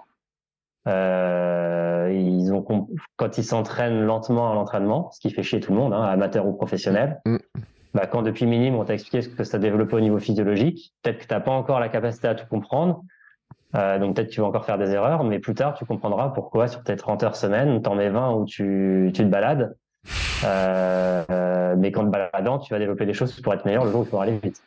Quand ils s'entraînent lentement à l'entraînement, ce qui fait chier tout le monde, hein, amateur ou professionnel, quand depuis minime on t'a expliqué ce que ça développait au niveau physiologique, peut-être que t'as pas encore la capacité à tout comprendre, donc peut-être que tu vas encore faire des erreurs, mais plus tard tu comprendras pourquoi sur tes 30 heures semaine, t'en mets 20 où tu te balades, mais qu'en te baladant, tu vas développer des choses pour être meilleur le jour où il faudra aller vite.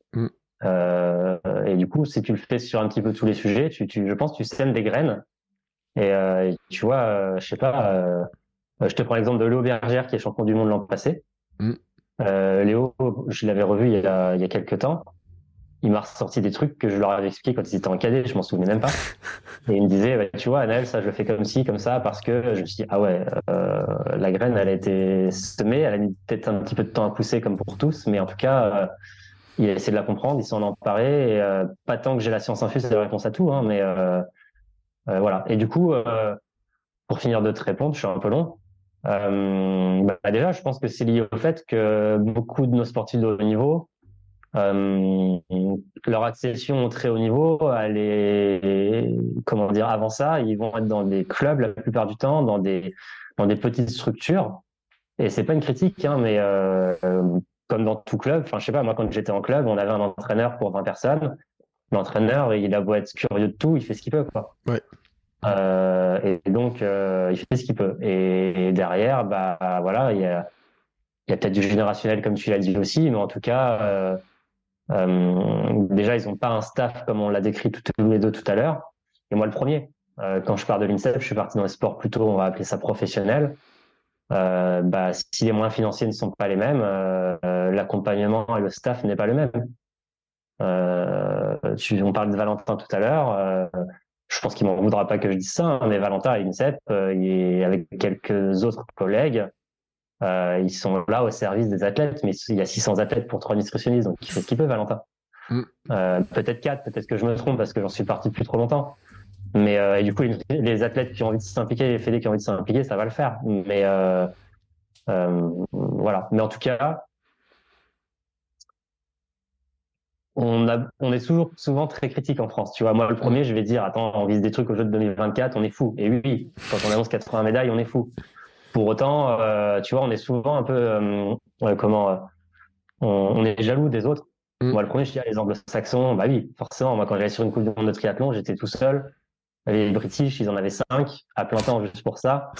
Et du coup, si tu le fais sur un petit peu tous les sujets, je pense que tu sèmes des graines. Et tu vois, je sais pas, je te prends l'exemple de Léo Bergère qui est champion du monde l'an passé. Léo, je l'avais revu il y a quelques temps. Il m'a ressorti des trucs que je leur avais expliqué quand ils étaient en cadet, je m'en souvenais même pas. Et il me disait, tu vois, Anaël, ça je le fais comme ci, comme ça, parce que je me suis dit, ah ouais, la graine, elle a été semée, elle a mis peut-être un petit peu de temps à pousser comme pour tous, mais en tout cas, il a essayé de la comprendre, il s'en emparer, et pas tant que j'ai la science infuse, c'est la réponse à tout, hein, mais voilà. Et du coup, pour finir de te répondre, je suis un peu long. Déjà, je pense que c'est lié au fait que beaucoup de nos sportifs de haut niveau, leur accession au très haut niveau, elle est, comment dire, avant ça, ils vont être dans des clubs la plupart du temps, dans des petites structures. Et c'est pas une critique, hein, mais comme dans tout club, enfin, je sais pas, moi, quand j'étais en club, on avait un entraîneur pour 20 personnes. L'entraîneur, il a beau être curieux de tout, il fait ce qu'il peut, quoi. Ouais. Et donc, il fait ce qu'il peut. Et derrière, voilà, il y a peut-être du générationnel, comme tu l'as dit aussi, mais en tout cas, déjà, ils n'ont pas un staff comme on l'a décrit tous les deux tout à l'heure. Et moi, le premier, quand je pars de l'INSEP, je suis parti dans les sports plutôt, on va appeler ça professionnel. Si les moyens financiers ne sont pas les mêmes, l'accompagnement et le staff n'est pas le même. On parle de Valentin tout à l'heure. Je pense qu'il m'en voudra pas que je dise ça, hein, mais Valentin à l'INSEP, avec quelques autres collègues, ils sont là au service des athlètes, mais il y a 600 athlètes pour 3 nutritionnistes, donc il fait ce qu'il peut, Valentin. Peut-être 4, peut-être que je me trompe parce que j'en suis parti depuis trop longtemps. Mais et du coup, les athlètes qui ont envie de s'impliquer, les fédés qui ont envie de s'impliquer, ça va le faire. Mais voilà. Mais en tout cas, on est souvent très critique en France. Tu vois, moi, le premier, je vais dire, attends, on vise des trucs aux Jeux de 2024, on est fou. Et oui, quand on annonce 80 médailles, on est fou. Pour autant, tu vois, on est souvent un peu, on est jaloux des autres. Moi, le premier, je dis, les anglo-saxons, bah oui, forcément. Moi, quand j'allais sur une coupe du monde de triathlon, j'étais tout seul. Les British, ils en avaient 5 à plein temps juste pour ça.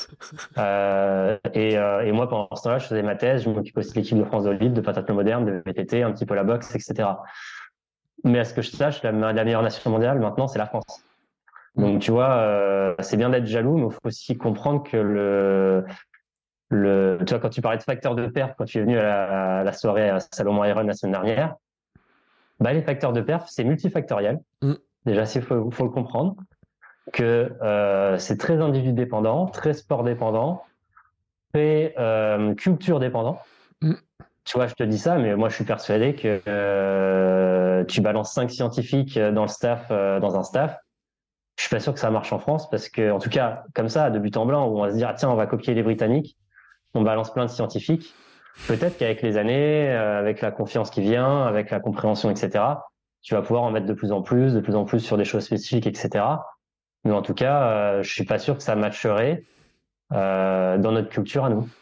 Et moi, pendant ce temps-là, je faisais ma thèse, je m'occupais aussi de l'équipe de France de libre, de pentathlon moderne, de VTT, un petit peu la boxe, etc. Mais à ce que je sache, la meilleure nation mondiale, maintenant, c'est la France. Donc, tu vois, c'est bien d'être jaloux, mais il faut aussi comprendre que tu vois, quand tu parlais de facteurs de perf, quand tu es venu à la soirée à Salomon Iron la semaine dernière, les facteurs de perf, c'est multifactoriel. Déjà, il faut le comprendre, que c'est très individu dépendant, très sport dépendant, très culture dépendant. Tu vois, je te dis ça, mais moi, je suis persuadé que tu balances 5 scientifiques dans un staff. Je suis pas sûr que ça marche en France parce que, en tout cas, comme ça, de but en blanc, où on va se dire, tiens, on va copier les Britanniques, on balance plein de scientifiques. Peut-être qu'avec les années, avec la confiance qui vient, avec la compréhension, etc., tu vas pouvoir en mettre de plus en plus sur des choses spécifiques, etc. Mais en tout cas, je suis pas sûr que ça matcherait dans notre culture à nous.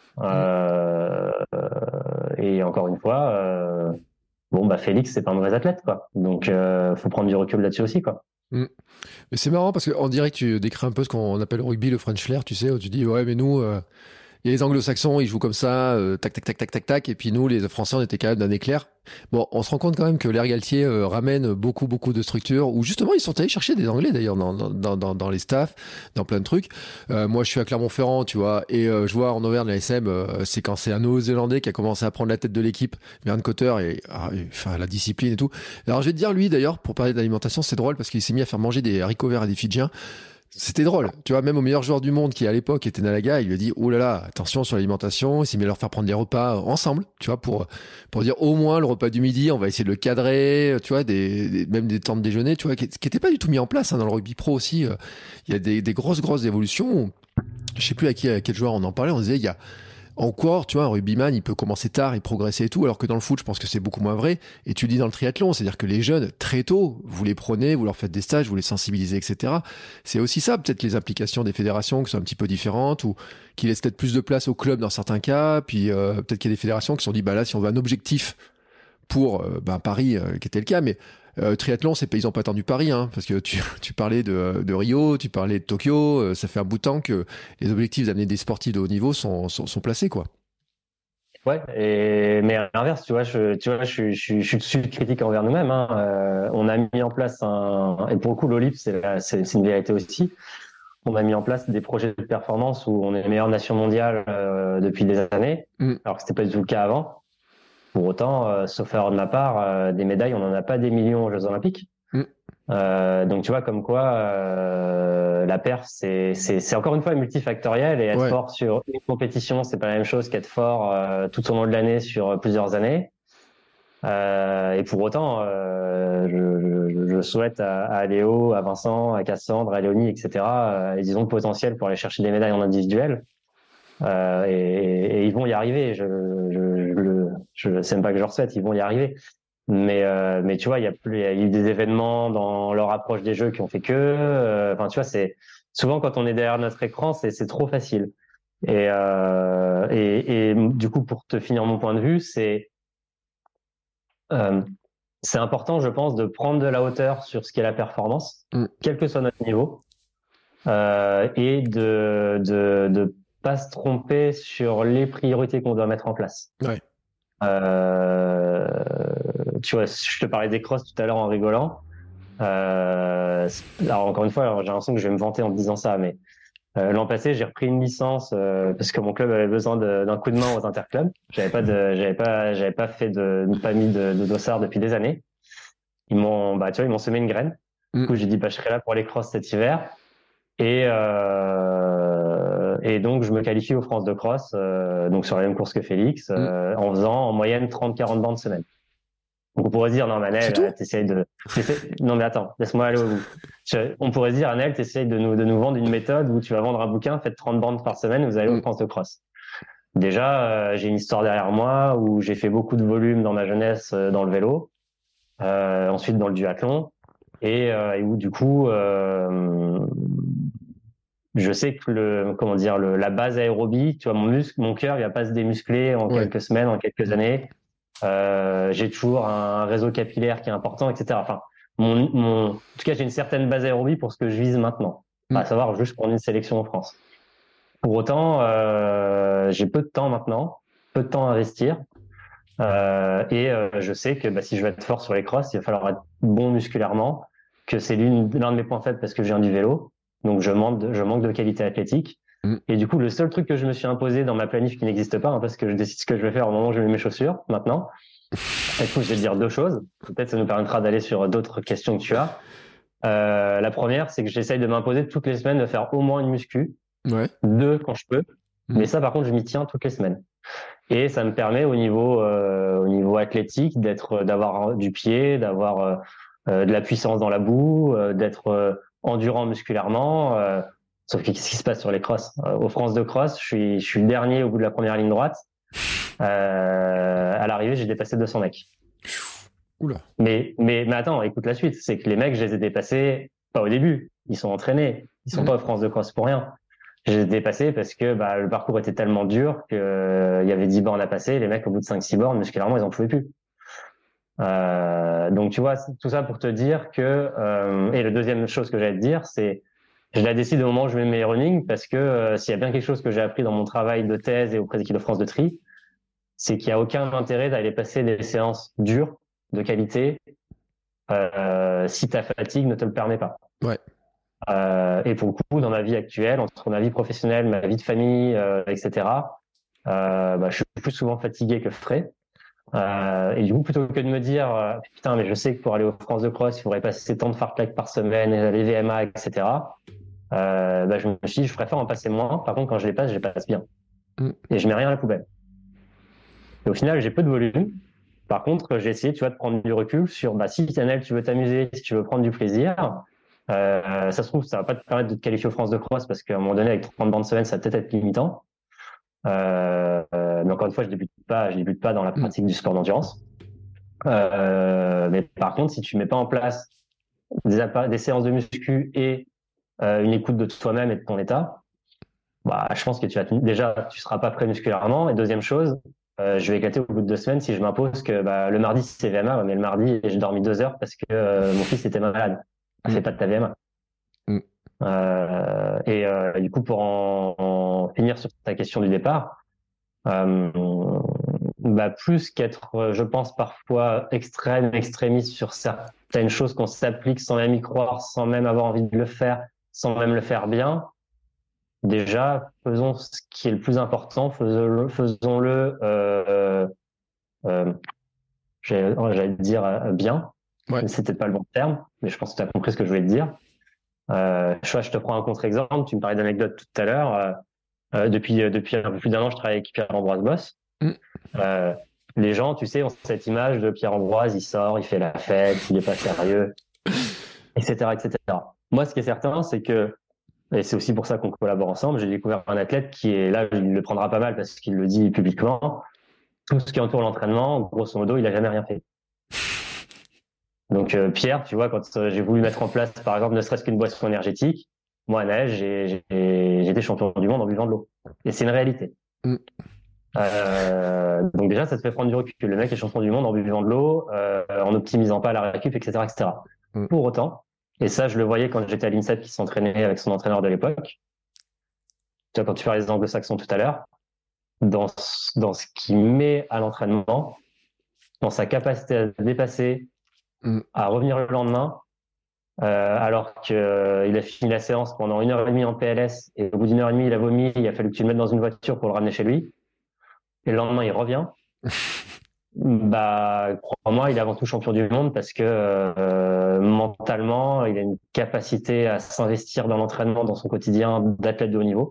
Et encore une fois, Félix, c'est pas un mauvais athlète, quoi. Donc, faut prendre du recul là-dessus aussi, quoi. Mais c'est marrant parce qu'en direct, tu décris un peu ce qu'on appelle au rugby le French flair, tu sais, où tu dis, ouais, mais nous, Et les anglo-saxons, ils jouent comme ça, tac, tac, tac, tac, tac, tac. Et puis nous, les Français, on était capables d'un éclair. Bon, on se rend compte quand même que l'ère Galtier ramène beaucoup, beaucoup de structures où justement, ils sont allés chercher des Anglais d'ailleurs dans les staffs, dans plein de trucs. Moi, je suis à Clermont-Ferrand, tu vois, et je vois en Auvergne, la SM, c'est quand c'est un Néo-Zélandais qui a commencé à prendre la tête de l'équipe, Vern Cotter, enfin, la discipline et tout. Alors, je vais te dire, lui d'ailleurs, pour parler d'alimentation, c'est drôle parce qu'il s'est mis à faire manger des haricots verts à des Fidjiens. C'était drôle, tu vois, même au meilleur joueur du monde qui à l'époque était Nalaga, il lui a dit oh là là, attention sur l'alimentation, il s'est mis à leur faire prendre des repas ensemble, tu vois, pour dire au moins le repas du midi, on va essayer de le cadrer, tu vois, même des temps de déjeuner, tu vois, qui n'étaient pas du tout mis en place dans le rugby pro aussi. Il y a des grosses évolutions. Je sais plus à quel joueur on en parlait, on disait il y a encore, tu vois, un rugbyman, il peut commencer tard et progresser et tout, alors que dans le foot, je pense que c'est beaucoup moins vrai. Et tu le dis dans le triathlon, c'est-à-dire que les jeunes, très tôt, vous les prenez, vous leur faites des stages, vous les sensibilisez, etc. C'est aussi ça, peut-être les implications des fédérations qui sont un petit peu différentes, ou qui laissent peut-être plus de place au club dans certains cas, puis peut-être qu'il y a des fédérations qui se sont dit, bah là, si on veut un objectif pour Paris, qui était le cas, mais triathlon, ils n'ont pas attendu Paris, hein, parce que tu parlais de Rio, tu parlais de Tokyo, ça fait un bout de temps que les objectifs d'amener des sportifs de haut niveau sont placés, quoi. Ouais, mais à l'inverse, tu vois, je suis dessus critique envers nous-mêmes. Hein. On a mis en place et pour le coup, l'OLIP, c'est une vérité aussi. On a mis en place des projets de performance où on est meilleure nation mondiale depuis des années, alors que c'était pas du tout le cas avant. Pour autant, sauf erreur de ma part, des médailles, on n'en a pas des millions aux Jeux Olympiques. Donc tu vois, comme quoi la perf, c'est encore une fois multifactoriel et être fort sur une compétition, c'est pas la même chose qu'être fort tout au long de l'année sur plusieurs années. Et pour autant, je souhaite à Léo, à Vincent, à Cassandre, à Léonie, etc. Ils ont le potentiel pour aller chercher des médailles en individuel. Et ils vont y arriver. Je sais même pas que je leur souhaite, ils vont y arriver. Mais tu vois, il y a eu des événements dans leur approche des jeux qui ont fait que. Enfin, tu vois, c'est souvent quand on est derrière notre écran, c'est trop facile. Et du coup, pour te finir mon point de vue, c'est important, je pense, de prendre de la hauteur sur ce qu'est la performance, quel que soit notre niveau, et de pas se tromper sur les priorités qu'on doit mettre en place. Ouais. Tu vois, je te parlais des crosses tout à l'heure en rigolant. Alors encore une fois, j'ai l'impression que je vais me vanter en te disant ça, mais l'an passé, j'ai repris une licence parce que mon club avait besoin d'un coup de main aux interclubs. J'avais pas mis de dossard depuis des années. Ils m'ont semé une graine. Du coup, j'ai dit, je serai là pour les crosses cet hiver. Et donc, je me qualifie aux France de cross, donc sur la même course que Félix, en faisant en moyenne 30-40 bandes semaine. Donc, on pourrait se dire, non, Manel, non, mais attends, laisse-moi aller au bout. On pourrait se dire, Manel, t'essayes de nous vendre une méthode où tu vas vendre un bouquin, faites 30 bandes par semaine, vous allez aux France de cross. Déjà, j'ai une histoire derrière moi où j'ai fait beaucoup de volume dans ma jeunesse dans le vélo, ensuite dans le duathlon, et où du coup, je sais que la base aérobie, tu vois, mon cœur, il va pas se démuscler en quelques semaines, en quelques années. J'ai toujours un réseau capillaire qui est important, etc. Enfin, en tout cas, j'ai une certaine base aérobie pour ce que je vise maintenant, à savoir juste prendre une sélection en France. Pour autant, j'ai peu de temps maintenant, peu de temps à investir, et je sais que si je veux être fort sur les crosses, il va falloir être bon musculairement, que c'est l'un de mes points faibles parce que je viens du vélo, donc je manque de qualité athlétique. Et du coup, le seul truc que je me suis imposé dans ma planif qui n'existe pas, parce que je décide ce que je vais faire au moment où je mets mes chaussures, maintenant. Écoute, je vais te dire deux choses. Peut-être ça nous permettra d'aller sur d'autres questions que tu as. La première, c'est que j'essaye de m'imposer toutes les semaines de faire au moins une muscu. Deux quand je peux. Mais ça, par contre, je m'y tiens toutes les semaines. Et ça me permet au niveau athlétique d'avoir du pied, d'avoir de la puissance dans la boue, d'être endurant musculairement. Sauf que qu'est-ce qui se passe sur les crosses? Aux France de cross, je suis le dernier au bout de la première ligne droite. À l'arrivée, j'ai dépassé 200 mecs. Oula. Mais attends, écoute la suite. C'est que les mecs, je les ai dépassés pas au début. Ils sont entraînés. Ils sont pas aux France de cross pour rien. Je les ai dépassés parce que le parcours était tellement dur qu'il y avait 10 bornes à passer. Les mecs, au bout de 5-6 bornes, musculairement, ils en pouvaient plus. Donc tu vois, tout ça pour te dire que et la deuxième chose que j'allais te dire, c'est je la décide au moment où je mets mes running parce que s'il y a bien quelque chose que j'ai appris dans mon travail de thèse et auprès d'équipe de France de tri, c'est qu'il n'y a aucun intérêt d'aller passer des séances dures, de qualité, si ta fatigue ne te le permet pas. Ouais. Et pour le coup, dans ma vie actuelle, entre ma vie professionnelle, ma vie de famille, etc., je suis plus souvent fatigué que frais. Et du coup, plutôt que de me dire, putain, mais je sais que pour aller aux France de cross, il faudrait passer tant de fartlek par semaine, les VMA, etc. Je me suis dit, je préfère en passer moins. Par contre, quand je les passe bien. Et je mets rien à la poubelle. Et au final, j'ai peu de volume. Par contre, j'ai essayé, tu vois, de prendre du recul sur, si Canel, tu veux t'amuser, si tu veux prendre du plaisir, ça se trouve, ça va pas te permettre de te qualifier aux France de cross parce qu'à un moment donné, avec 30 bandes semaine, ça va peut-être être limitant. Mais encore une fois, je débute pas dans la pratique du sport d'endurance. Mais par contre, si tu mets pas en place des séances de muscu et une écoute de toi-même et de ton état, je pense que tu seras pas prêt musculairement. Et deuxième chose, je vais éclater au bout de 2 semaines si je m'impose que le mardi c'est VMA, mais le mardi j'ai dormi 2 heures parce que mon fils était malade. Fais pas de ta VMA. Et du coup, pour en finir sur ta question du départ, plus qu'être, je pense, parfois extrémiste sur certaines choses qu'on s'applique sans même y croire, sans même avoir envie de le faire, sans même le faire bien. Déjà, faisons ce qui est le plus important, faisons-le, j'allais dire bien. Ouais. C'était pas le bon terme, mais je pense que tu as compris ce que je voulais te dire. Je te prends un contre-exemple. Tu me parlais d'anecdote tout à l'heure. Depuis un peu plus d'1 an, je travaille avec Pierre-Ambroise Boss. Les gens, tu sais, ont cette image de Pierre-Ambroise, il sort, il fait la fête, il est pas sérieux, etc., etc. Moi, ce qui est certain, c'est que, et c'est aussi pour ça qu'on collabore ensemble, j'ai découvert un athlète qui est là, il le prendra pas mal parce qu'il le dit publiquement. Tout ce qui entoure l'entraînement, grosso modo, il a jamais rien fait. Donc Pierre, tu vois, quand j'ai voulu mettre en place, par exemple, ne serait-ce qu'une boisson énergétique, moi à Naège, j'étais champion du monde en buvant de l'eau. Et c'est une réalité. Donc déjà, ça te fait prendre du recul. Le mec est champion du monde en buvant de l'eau, en optimisant pas la récup, etc., etc. Pour autant, et ça, je le voyais quand j'étais à l'INSEP qui s'entraînait avec son entraîneur de l'époque. Tu vois, quand tu parlais des anglo-saxons tout à l'heure, dans ce qu'il met à l'entraînement, dans sa capacité à se dépasser, à revenir le lendemain, alors qu'il a fini la séance pendant 1h30 en PLS et au bout d'1h30 il a vomi, il a fallu que tu le mettes dans une voiture pour le ramener chez lui et le lendemain il revient. Crois-moi, il est avant tout champion du monde parce que mentalement il a une capacité à s'investir dans l'entraînement, dans son quotidien d'athlète de haut niveau,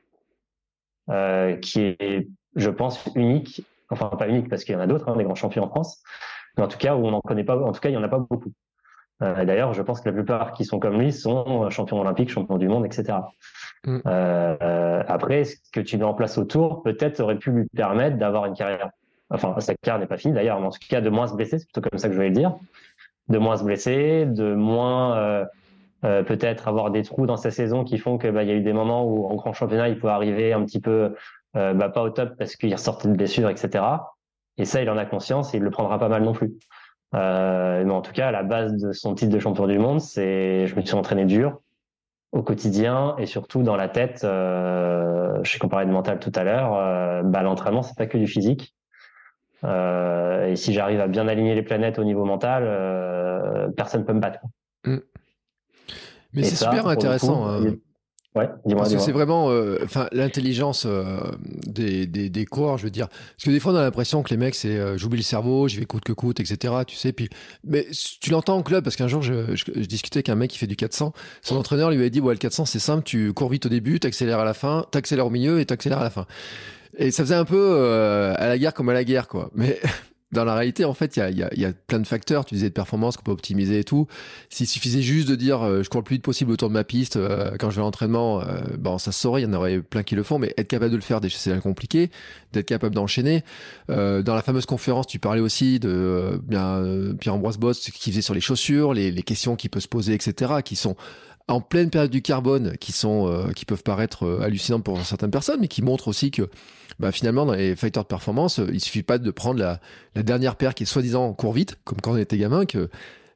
qui est, je pense, unique. Enfin, pas unique parce qu'il y en a d'autres, des grands champions en France, mais en tout cas où on n'en connaît pas, en tout cas il y en a pas beaucoup. D'ailleurs, je pense que la plupart qui sont comme lui sont champions olympiques, champions du monde, etc. Après, ce que tu mets en place autour, peut-être aurait pu lui permettre d'avoir une carrière. Enfin, sa carrière n'est pas finie d'ailleurs, mais en tout cas de moins se blesser, c'est plutôt comme ça que je voulais le dire. De moins se blesser, de moins peut-être avoir des trous dans sa saison qui font que il y a eu des moments où en grand championnat, il peut arriver un petit peu pas au top parce qu'il ressortait de blessures, etc. Et ça, il en a conscience et il le prendra pas mal non plus. Mais en tout cas, à la base de son titre de champion du monde, je me suis entraîné dur au quotidien et surtout dans la tête. Je sais qu'on parlait de mental tout à l'heure. L'entraînement, c'est pas que du physique. Et si j'arrive à bien aligner les planètes au niveau mental, personne peut me battre. Mais c'est super intéressant. Ouais, parce que c'est vraiment l'intelligence des coureurs, je veux dire. Parce que des fois, on a l'impression que les mecs, c'est j'oublie le cerveau, j'y vais coûte que coûte, etc. Tu sais, mais tu l'entends en club, parce qu'un jour, je discutais avec un mec qui fait du 400. Son entraîneur lui avait dit, le 400, c'est simple, tu cours vite au début, t'accélères à la fin, t'accélères au milieu et t'accélères à la fin. Et ça faisait un peu à la guerre comme à la guerre, quoi. Mais dans la réalité, en fait, il y a plein de facteurs. Tu disais de performance qu'on peut optimiser et tout. S'il suffisait juste de dire je cours le plus vite possible autour de ma piste quand je vais à l'entraînement, ça se saurait. Il y en aurait plein qui le font, mais être capable de le faire, déjà, c'est compliqué. D'être capable d'enchaîner. Dans la fameuse conférence, tu parlais aussi de Pierre-Ambroise Boss, ce qu'il faisait sur les chaussures, les questions qu'il peut se poser, etc., qui sont en pleine période du carbone, qui peuvent paraître hallucinantes pour certaines personnes, mais qui montrent aussi que finalement, dans les fighters de performance, il suffit pas de prendre la dernière paire qui est soi-disant court vite, comme quand on était gamin, que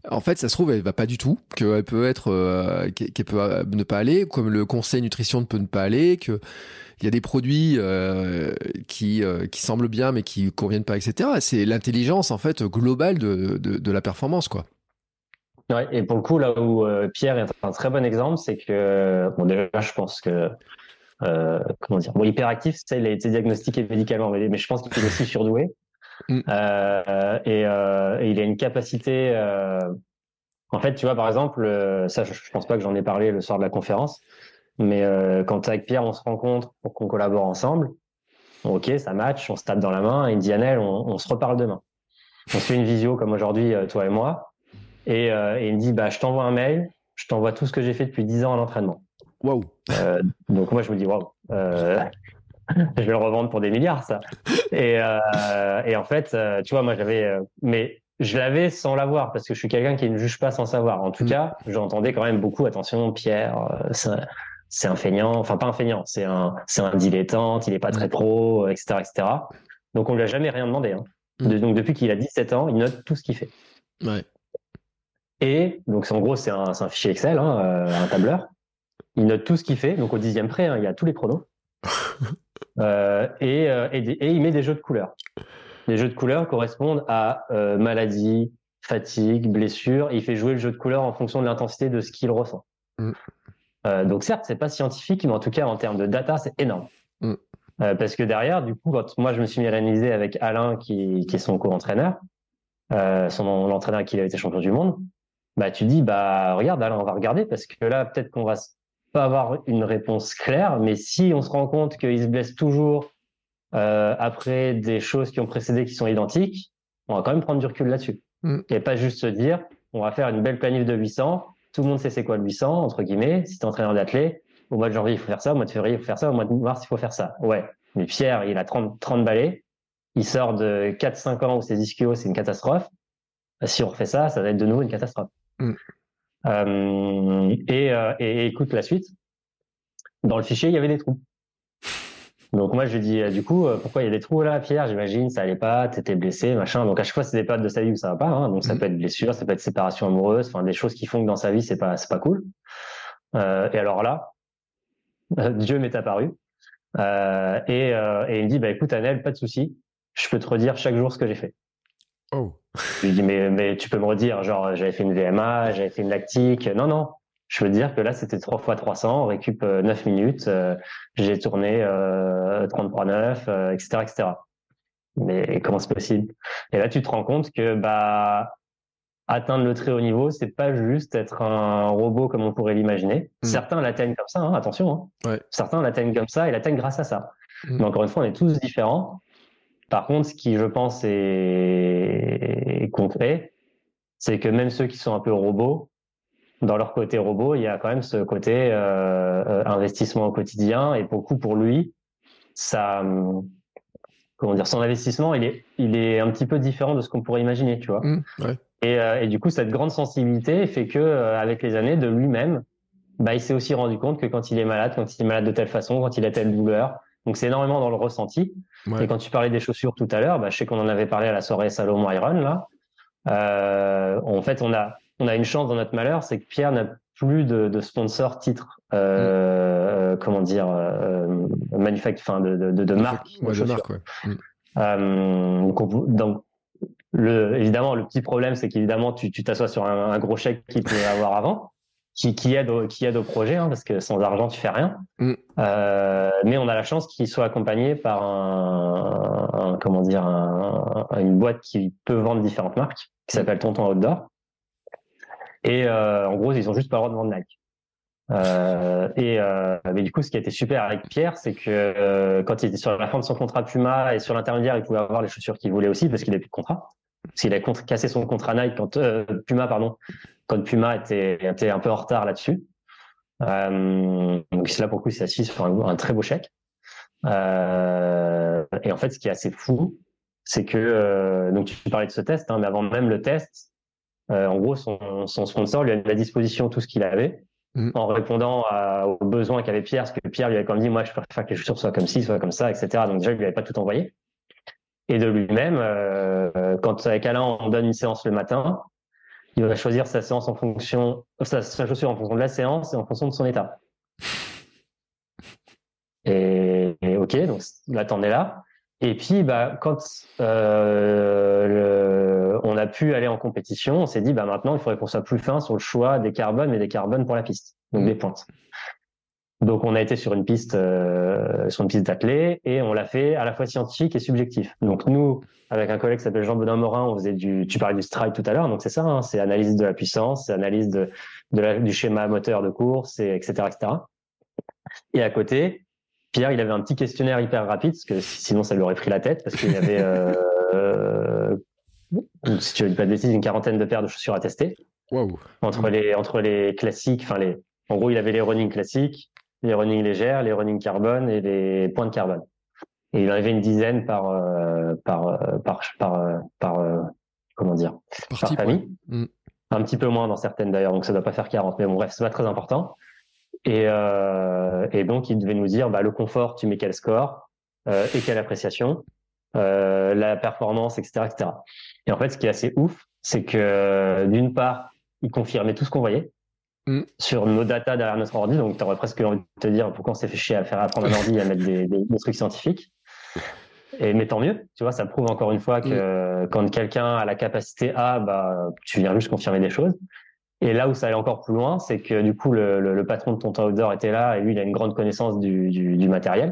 En fait, ça se trouve, elle va pas du tout, qu'elle peut être, qu'elle peut ne pas aller, comme le conseil nutrition ne peut ne pas aller, que il y a des produits qui semblent bien mais qui conviennent pas, etc. C'est l'intelligence en fait globale de la performance, quoi. Ouais, et pour le coup, là où Pierre est un très bon exemple, c'est que, bon, déjà, je pense que, comment dire, bon, hyperactif, ça, il a été diagnostiqué médicalement, mais je pense qu'il est aussi surdoué. Mm. Et il a une capacité, en fait, tu vois, par exemple, ça, je pense pas que j'en ai parlé le soir de la conférence, mais quand avec Pierre, on se rencontre pour qu'on collabore ensemble, ok, ça match, on se tape dans la main, et il me dit, Annel, on se reparle demain. On se fait une visio comme aujourd'hui, toi et moi, et il me dit, bah, je t'envoie un mail, je t'envoie tout ce que j'ai fait depuis 10 ans à l'entraînement. Waouh. Donc moi, je me dis, waouh, je vais le revendre pour des milliards, ça. Et en fait, tu vois, moi, mais je l'avais sans l'avoir, parce que je suis quelqu'un qui ne juge pas sans savoir. En tout cas, j'entendais quand même beaucoup, attention, Pierre, c'est un feignant, enfin pas un feignant, c'est un dilettante, il est pas très pro, etc., etc. Donc on lui a jamais rien demandé. Hein. Donc depuis qu'il a 17 ans, il note tout ce qu'il fait. Ouais. Et donc en gros, c'est un fichier Excel, hein, un tableur. Il note tout ce qu'il fait, donc au 10e près, hein, il y a tous les chronos. Et il met des jeux de couleurs. Les jeux de couleurs correspondent à maladie, fatigue, blessure. Et il fait jouer le jeu de couleurs en fonction de l'intensité de ce qu'il ressent. Donc certes, c'est pas scientifique, mais en tout cas en termes de data, c'est énorme. Parce que derrière, du coup, quand moi je me suis mis réalisé avec Alain, qui est son co-entraîneur, l'entraîneur qui a été champion du monde, bah tu dis, bah regarde Alain, on va regarder parce que là peut-être qu'on va pas avoir une réponse claire, mais si on se rend compte qu'il se blesse toujours après des choses qui ont précédé qui sont identiques, on va quand même prendre du recul là-dessus. Et pas juste se dire, on va faire une belle planif de 800, tout le monde sait c'est quoi le 800, entre guillemets, si t'es entraîneur d'athlète, au mois de janvier, il faut faire ça, au mois de février, il faut faire ça, au mois de mars, il faut faire ça. Ouais, mais Pierre, il a 30 balais, il sort de 4-5 ans où ses ischios, c'est une catastrophe. Si on refait ça, ça va être de nouveau une catastrophe. Et écoute la suite. Dans le fichier, il y avait des trous. Donc moi je lui dis du coup pourquoi il y a des trous là, Pierre, j'imagine ça allait pas, t'étais blessé, machin. Donc à chaque fois c'est des périodes de sa vie où ça va pas, hein. Donc ça peut être blessure, ça peut être séparation amoureuse, enfin des choses qui font que dans sa vie c'est pas cool. Et alors là, Dieu m'est apparu et il me dit bah écoute Annel, pas de souci, je peux te redire chaque jour ce que j'ai fait. Oh. Je lui dis mais tu peux me redire genre j'avais fait une VMA, j'avais fait une lactique, non. Je veux dire que là, c'était 3 fois 300, on récup 9 minutes, j'ai tourné 33,9, etc., etc. Mais comment c'est possible? Et là, tu te rends compte que bah atteindre le très haut niveau, c'est pas juste être un robot comme on pourrait l'imaginer. Certains l'atteignent comme ça, hein, attention. Hein. Ouais. Certains l'atteignent comme ça et l'atteignent grâce à ça. Mais encore une fois, on est tous différents. Par contre, ce qui, je pense, est concret, c'est que même ceux qui sont un peu robots, dans leur côté robot, il y a quand même ce côté investissement au quotidien. Et pour le coup, pour lui, ça, comment dire, son investissement, il est un petit peu différent de ce qu'on pourrait imaginer, tu vois. Ouais. Et du coup, cette grande sensibilité fait que, avec les années, de lui-même, bah, il s'est aussi rendu compte que quand il est malade de telle façon, quand il a telle douleur, donc c'est énormément dans le ressenti. Ouais. Et quand tu parlais des chaussures tout à l'heure, bah, je sais qu'on en avait parlé à la soirée Salomon Iron là. En fait, on a une chance dans notre malheur, c'est que Pierre n'a plus de sponsor titre, comment dire, enfin de marque. Ouais, de marque, ouais. Donc, évidemment, le petit problème, c'est qu'évidemment, tu t'assois sur un gros chèque qu'il pouvait avoir avant, qui aide au projet, hein, parce que sans argent, tu fais rien. Mais on a la chance qu'il soit accompagné par comment dire, une boîte qui peut vendre différentes marques, qui s'appelle Tonton Outdoor. Et en gros, ils ont juste pas le droit de vendre Nike. Mais du coup, ce qui a été super avec Pierre, c'est que quand il était sur la fin de son contrat Puma et sur l'intermédiaire, il pouvait avoir les chaussures qu'il voulait aussi parce qu'il n'avait plus de contrat. Parce qu'il a cassé son contrat Nike quand quand Puma était un peu en retard là-dessus. Donc là, pour le coup, il s'est assis sur un très beau chèque. Et en fait, ce qui est assez fou, c'est que donc tu parlais de ce test, hein, mais avant même le test, en gros, son sponsor lui a mis à la disposition tout ce qu'il avait. En répondant aux besoins qu'avait Pierre, parce que Pierre lui avait quand même dit, moi, je préfère que les chaussures soient comme ci, soient comme ça, etc. Donc déjà, il lui avait pas tout envoyé. Et de lui-même, quand avec Alain, on donne une séance le matin, il va choisir sa séance en fonction, sa chaussure en fonction de la séance et en fonction de son état. Et ok, donc là, t'en es là. Et puis, quand on a pu aller en compétition, on s'est dit, maintenant, il faudrait qu'on soit plus fin sur le choix des carbones, mais des carbones pour la piste, donc des pointes. Donc, on a été sur une piste d'athlée et on l'a fait à la fois scientifique et subjectif. Donc, nous, avec un collègue qui s'appelle Jean-Benoît Morin, on faisait tu parlais du stride tout à l'heure, donc c'est ça, hein, c'est analyse de la puissance, c'est analyse du schéma moteur de course, etc., etc. Et à côté, Pierre, il avait un petit questionnaire hyper rapide, parce que sinon ça lui aurait pris la tête, parce qu'il y avait, si tu veux pas de bêtises, une quarantaine de paires de chaussures à tester. Wow. Entre les classiques, en gros, il avait les running classiques, les running légères, les running carbone et les points de carbone. Et il en avait une dizaine par famille. Un petit peu moins dans certaines d'ailleurs, donc ça doit pas faire 40, mais bon, bref, c'est pas très important. Et donc, il devait nous dire, le confort, tu mets quel score, et quelle appréciation, la performance, etc., etc. Et en fait, ce qui est assez ouf, c'est que d'une part, il confirmait tout ce qu'on voyait sur nos datas derrière notre ordi. Donc, tu aurais presque envie de te dire pourquoi on s'est fait chier à apprendre un ordi et à mettre des trucs scientifiques. Mais tant mieux, tu vois, ça prouve encore une fois que quand quelqu'un a la capacité tu viens juste confirmer des choses. Et là où ça allait encore plus loin, c'est que du coup, le patron de Tonton Outdoor était là et lui, il a une grande connaissance du matériel.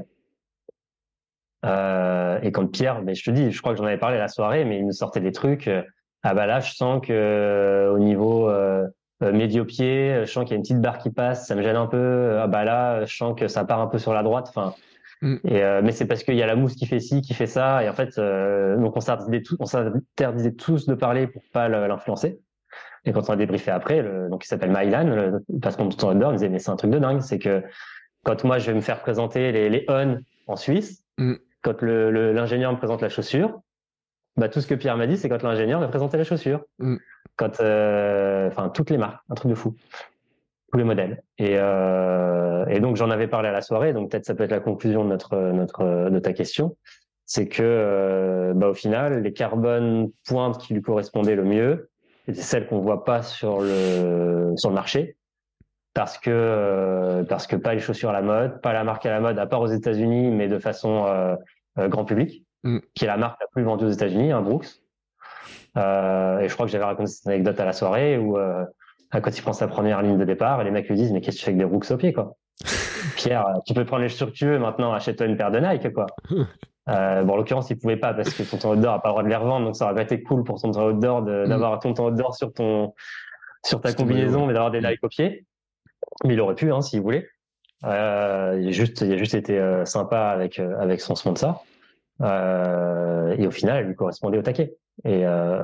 Et quand Pierre, je te dis, je crois que j'en avais parlé à la soirée, mais il nous sortait des trucs. Là, je sens que au niveau médio-pied, je sens qu'il y a une petite barre qui passe, ça me gêne un peu. Là, je sens que ça part un peu sur la droite. Enfin, mais c'est parce qu'il y a la mousse qui fait ci, qui fait ça. Et en fait, donc on s'interdisait tous de parler pour pas l'influencer. Et quand on a débriefé après, donc il s'appelle Mylan, le patron de Tonton Outdoor, il disait mais c'est un truc de dingue, c'est que quand moi je vais me faire présenter les On en Suisse, quand l'ingénieur me présente la chaussure, tout ce que Pierre m'a dit, c'est quand l'ingénieur m'a présenté la chaussure. Quand, toutes les marques, un truc de fou, tous les modèles. Et donc j'en avais parlé à la soirée, donc peut-être ça peut être la conclusion de ta question, c'est que au final, les carbones pointes qui lui correspondaient le mieux, c'est celles qu'on voit pas sur le marché, parce que pas les chaussures à la mode, pas la marque à la mode, à part aux États-Unis, mais de façon grand public, qui est la marque la plus vendue aux États-Unis, Brooks. Et je crois que j'avais raconté cette anecdote à la soirée où quand il prend sa première ligne de départ, les mecs lui disent mais qu'est-ce que tu fais avec des Brooks au pied, quoi. Pierre, tu peux prendre les chaussures que tu veux, maintenant achète-toi une paire de Nike, quoi. En l'occurrence, il pouvait pas parce que Tonton Outdoor a pas le droit de les revendre, donc ça aurait pas été cool pour Tonton Outdoor d'avoir un Tonton Outdoor sur ta combinaison, mais d'avoir des Nike au pied. Mais il aurait pu, s'il voulait. Il a juste été sympa avec son sponsor. Et au final, elle lui correspondait au taquet. Et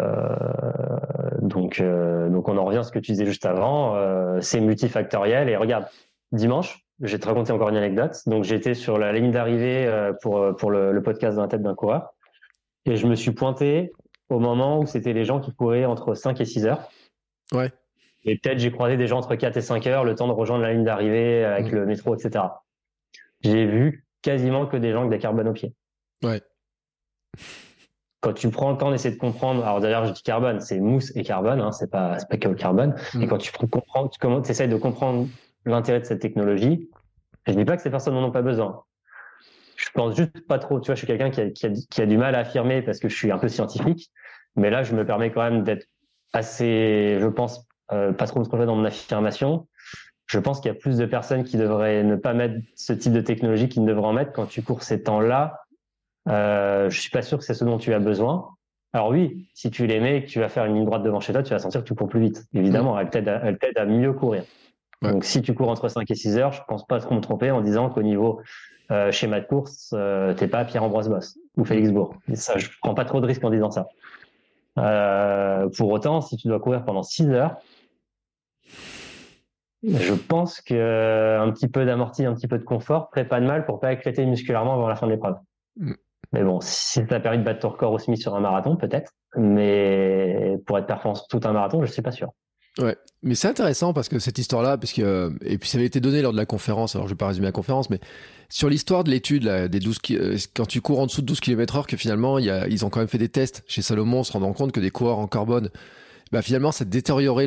donc on en revient à ce que tu disais juste avant. C'est multifactoriel. Et regarde, dimanche, je vais te raconter encore une anecdote. Donc j'étais sur la ligne d'arrivée pour le podcast dans la tête d'un coureur. Et je me suis pointé au moment où c'était les gens qui couraient entre 5 et 6 heures. Ouais. Et peut-être j'ai croisé des gens entre 4 et 5 heures, le temps de rejoindre la ligne d'arrivée avec le métro, etc. J'ai vu quasiment que des gens avec des carbones au pied. Ouais. Quand tu prends le temps d'essayer de comprendre, alors d'ailleurs je dis carbone, c'est mousse et carbone, c'est pas que le carbone. Et quand tu essaies de comprendre l'intérêt de cette technologie, je dis pas que ces personnes n'en ont pas besoin. Je pense juste pas trop. Tu vois, je suis quelqu'un qui a du mal à affirmer parce que je suis un peu scientifique, mais là je me permets quand même d'être assez, je pense, pas trop me tromper dans mon affirmation. Je pense qu'il y a plus de personnes qui devraient ne pas mettre ce type de technologie qu'ils ne devraient en mettre quand tu cours ces temps-là. Je suis pas sûr que c'est ce dont tu as besoin. Alors oui, si tu les mets et que tu vas faire une ligne droite devant chez toi, tu vas sentir que tu cours plus vite. Évidemment, elle t'aide à mieux courir. Ouais. Donc si tu cours entre 5 et 6 heures, je pense pas trop me tromper en disant qu'au niveau schéma de course, t'es pas Pierre-Ambroise Boss ou Félix Bourg. Et ça, je prends pas trop de risques en disant ça. Pour autant, si tu dois courir pendant 6 heures, je pense que un petit peu d'amorti, un petit peu de confort ferait pas de mal pour pas éclater musculairement avant la fin de l'épreuve. Mais bon, si ça t'a permis de battre ton record au SMI sur un marathon, peut-être. Mais pour être performant sur tout un marathon, je suis pas sûr. Ouais, mais c'est intéressant parce que cette histoire-là, et puis ça avait été donné lors de la conférence, alors je vais pas résumer la conférence, mais sur l'histoire de l'étude, là, des 12 quand tu cours en dessous de 12 km/h, que finalement, ils ont quand même fait des tests chez Salomon, se rendant compte que des coureurs en carbone, finalement, ça détériorait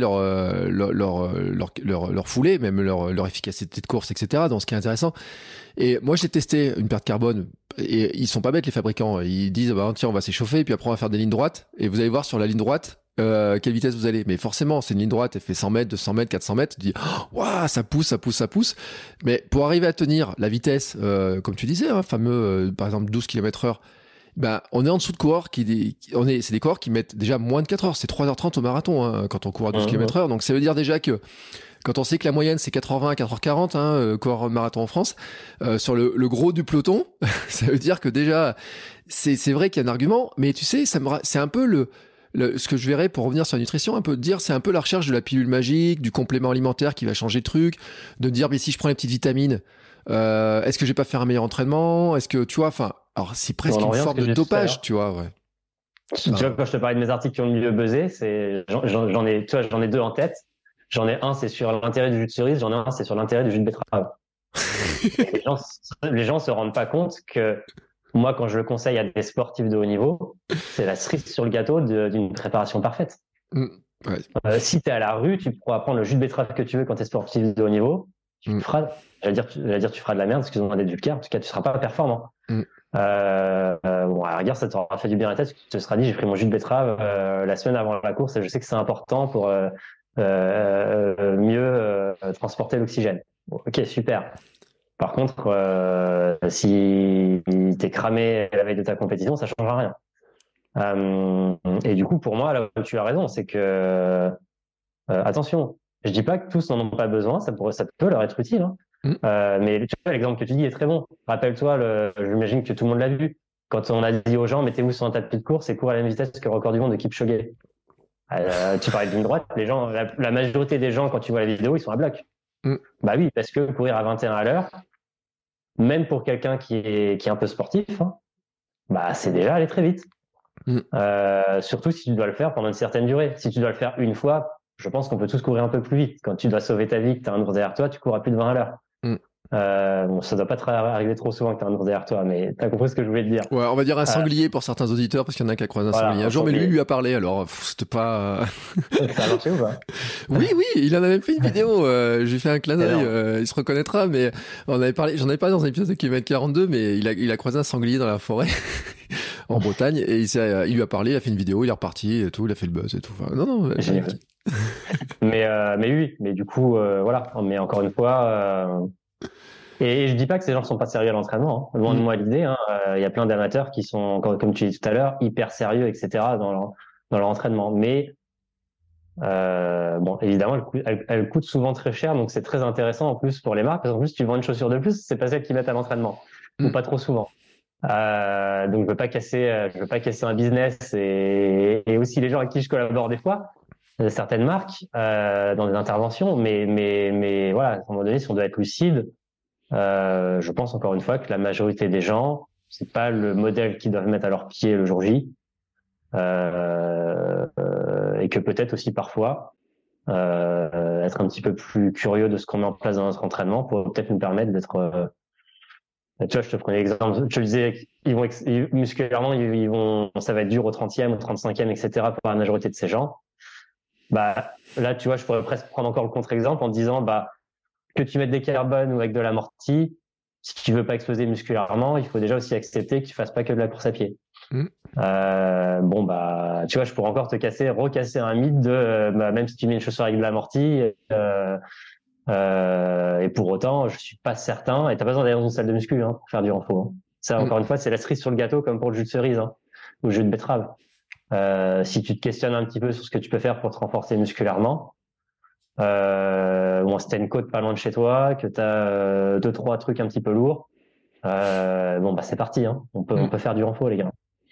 leur foulée, même leur efficacité de course, etc. Donc, ce qui est intéressant. Et moi, j'ai testé une perte carbone et ils sont pas bêtes, les fabricants. Ils disent, bah, tiens, on va s'échauffer, puis après, on va faire des lignes droites. Et vous allez voir sur la ligne droite, quelle vitesse vous allez. Mais forcément, c'est une ligne droite, elle fait 100 mètres, 200 mètres, 400 mètres. Tu dis, waouh, ça pousse, ça pousse, ça pousse. Mais pour arriver à tenir la vitesse, comme tu disais, hein, fameux, par exemple, 12 km/h, ben, on est en dessous de coureurs c'est des coureurs qui mettent déjà moins de 4 heures. C'est 3h30 au marathon, hein, quand on court à 12 km/h. Donc, ça veut dire déjà que, quand on sait que la moyenne c'est 4h20 à 4h40, coureur marathon en France, sur le gros du peloton, ça veut dire que déjà, c'est vrai qu'il y a un argument, mais tu sais, c'est un peu ce que je verrais pour revenir sur la nutrition, un peu de dire, c'est un peu la recherche de la pilule magique, du complément alimentaire qui va changer le truc, de dire, mais si je prends les petites vitamines, est-ce que je vais pas faire un meilleur entraînement? Est-ce que, tu vois, enfin, alors c'est presque une forme de dopage, tu vois, ouais. Tu vois, quand je te parlais de mes articles qui ont le mieux buzzé, j'en ai, tu vois, j'en ai deux en tête. J'en ai un, c'est sur l'intérêt du jus de cerise. J'en ai un, c'est sur l'intérêt du jus de betterave. Les gens se rendent pas compte que moi, quand je le conseille à des sportifs de haut niveau, c'est la cerise sur le gâteau d'une préparation parfaite. Ouais. Si tu es à la rue, tu pourras prendre le jus de betterave que tu veux quand tu es sportif de haut niveau. Tu feras, j'allais dire, tu feras de la merde, excuse-moi d'être vulgaire. En tout cas, tu seras pas performant. Bon, à la rigueur, ça t'aura fait du bien à la tête. Tu te seras dit, j'ai pris mon jus de betterave la semaine avant la course et je sais que c'est important pour mieux transporter l'oxygène. Bon, ok, super. Par contre, si t'es cramé la veille de ta compétition, ça changera rien. Et du coup, pour moi, là où tu as raison, c'est que attention, je dis pas que tous n'en ont pas besoin, ça peut leur être utile. Hein. Mais tu vois, l'exemple que tu dis est très bon. Rappelle-toi, j'imagine que tout le monde l'a vu. Quand on a dit aux gens, mettez-vous sur un tapis de course et courez à la même vitesse que le record du monde de Kipchoge. Tu parlais d'une droite, les gens, la majorité des gens, quand tu vois la vidéo, ils sont à bloc. Bah oui, parce que courir à 21 à l'heure, même pour quelqu'un qui est un peu sportif, hein, bah c'est déjà aller très vite. Surtout si tu dois le faire pendant une certaine durée. Si tu dois le faire une fois, je pense qu'on peut tous courir un peu plus vite. Quand tu dois sauver ta vie, que tu as un ours derrière toi, tu cours à plus de 20 à l'heure. Bon, ça doit pas arriver trop souvent que tu as un ours derrière toi, mais tu as compris ce que je voulais te dire. Ouais, on va dire un sanglier pour certains auditeurs, parce qu'il y en a qui a croisé un sanglier un jour, mais lui a parlé, alors c'était pas... Ça a marché ou pas? Oui, il en a même fait une vidéo, j'ai fait un clin d'œil, il se reconnaîtra, mais j'en avais parlé dans un épisode de Kilomètre 42, mais il a croisé un sanglier dans la forêt, en Bretagne, et il lui a parlé, il a fait une vidéo, il est reparti et tout, il a fait le buzz et tout. Enfin, non, mais oui, mais du coup, voilà. Mais encore une fois, et je dis pas que ces gens ne sont pas sérieux à l'entraînement. Hein. Loin de moi l'idée. Hein. Il y a plein d'amateurs qui sont, comme tu dis tout à l'heure, hyper sérieux, etc. dans leur entraînement. Mais bon, évidemment, elle coûte souvent très cher, donc c'est très intéressant en plus pour les marques. Parce qu'en plus, tu vends une chaussure de plus, c'est pas celle qu'ils mettent à l'entraînement, ou pas trop souvent. Donc je veux pas casser un business et aussi les gens avec qui je collabore des fois, certaines marques dans des interventions. Mais voilà, à un moment donné, si on doit être lucide. Je pense encore une fois que la majorité des gens, c'est pas le modèle qu'ils doivent mettre à leur pied le jour J, et que peut-être aussi parfois être un petit peu plus curieux de ce qu'on met en place dans notre entraînement pour peut-être nous permettre d'être. Tu vois, je te prenais l'exemple, je te disais, musculairement, ça va être dur au 30e, au 35e, etc. pour la majorité de ces gens. Bah là, tu vois, je pourrais presque prendre encore le contre-exemple en disant, bah que tu mettes des carbones ou avec de l'amorti, si tu veux pas exploser musculairement, il faut déjà aussi accepter que tu fasses pas que de la course à pied. Bon, bah, tu vois, je pourrais encore recasser un mythe de, même si tu mets une chaussure avec de l'amorti, et pour autant, je suis pas certain, et t'as pas besoin d'aller dans une salle de muscu, hein, pour faire du renfort. Hein. Ça, encore une fois, c'est la cerise sur le gâteau, comme pour le jus de cerise, hein, ou le jus de betterave. Si tu te questionnes un petit peu sur ce que tu peux faire pour te renforcer musculairement, si t'as une côte pas loin de chez toi, que t'as 2-3 trucs un petit peu lourds, bon bah c'est parti, hein. On peut faire du renfort, les gars.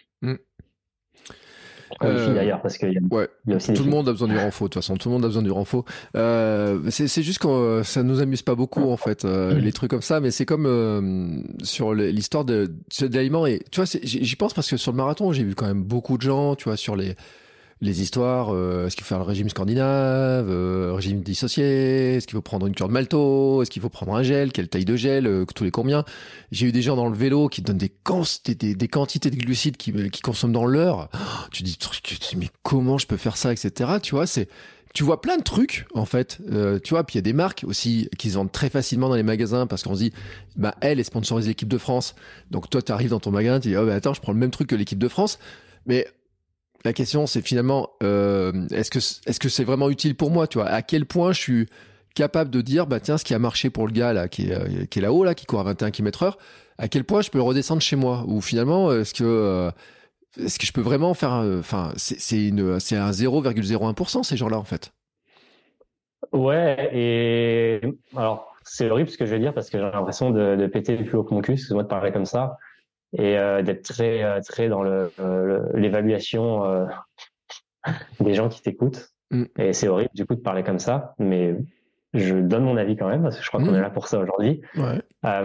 Les filles d'ailleurs, parce qu'il y a aussi tout le monde a besoin du renfort, de toute façon, tout le monde a besoin du renfort. C'est juste que ça nous amuse pas beaucoup en fait, les trucs comme ça, mais c'est comme sur l'histoire de l'aliment, et tu vois, j'y pense parce que sur le marathon, j'ai vu quand même beaucoup de gens, tu vois, sur les les histoires, est-ce qu'il faut faire le régime scandinave, régime dissocié, est-ce qu'il faut prendre une cure de malto, est-ce qu'il faut prendre un gel, quelle taille de gel, tous les combien. J'ai eu des gens dans le vélo qui donnent des quantités de glucides qui consomment dans l'heure. Oh, tu dis, mais comment je peux faire ça, etc. Tu vois, tu vois plein de trucs, en fait. Tu vois, puis il y a des marques aussi qui se vendent très facilement dans les magasins parce qu'on se dit, bah, elle sponsorise l'équipe de France. Donc toi, tu arrives dans ton magasin, tu dis, oh, bah, attends, je prends le même truc que l'équipe de France. Mais la question, c'est finalement, est-ce que c'est vraiment utile pour moi, tu vois? À quel point je suis capable de dire, bah, tiens, ce qui a marché pour le gars, là, qui est là-haut, là, qui court à 21 km/h, à quel point je peux le redescendre chez moi? Ou finalement, est-ce que je peux vraiment faire, enfin, c'est un 0,01% ces gens-là, en fait. Ouais, et alors, c'est horrible ce que je vais dire parce que j'ai l'impression de péter le plus haut que mon cul, excuse-moi de parler comme ça, et d'être très dans l'évaluation des gens qui t'écoutent. Mm. Et c'est horrible du coup de parler comme ça, mais je donne mon avis quand même parce que je crois qu'on est là pour ça aujourd'hui. Ouais.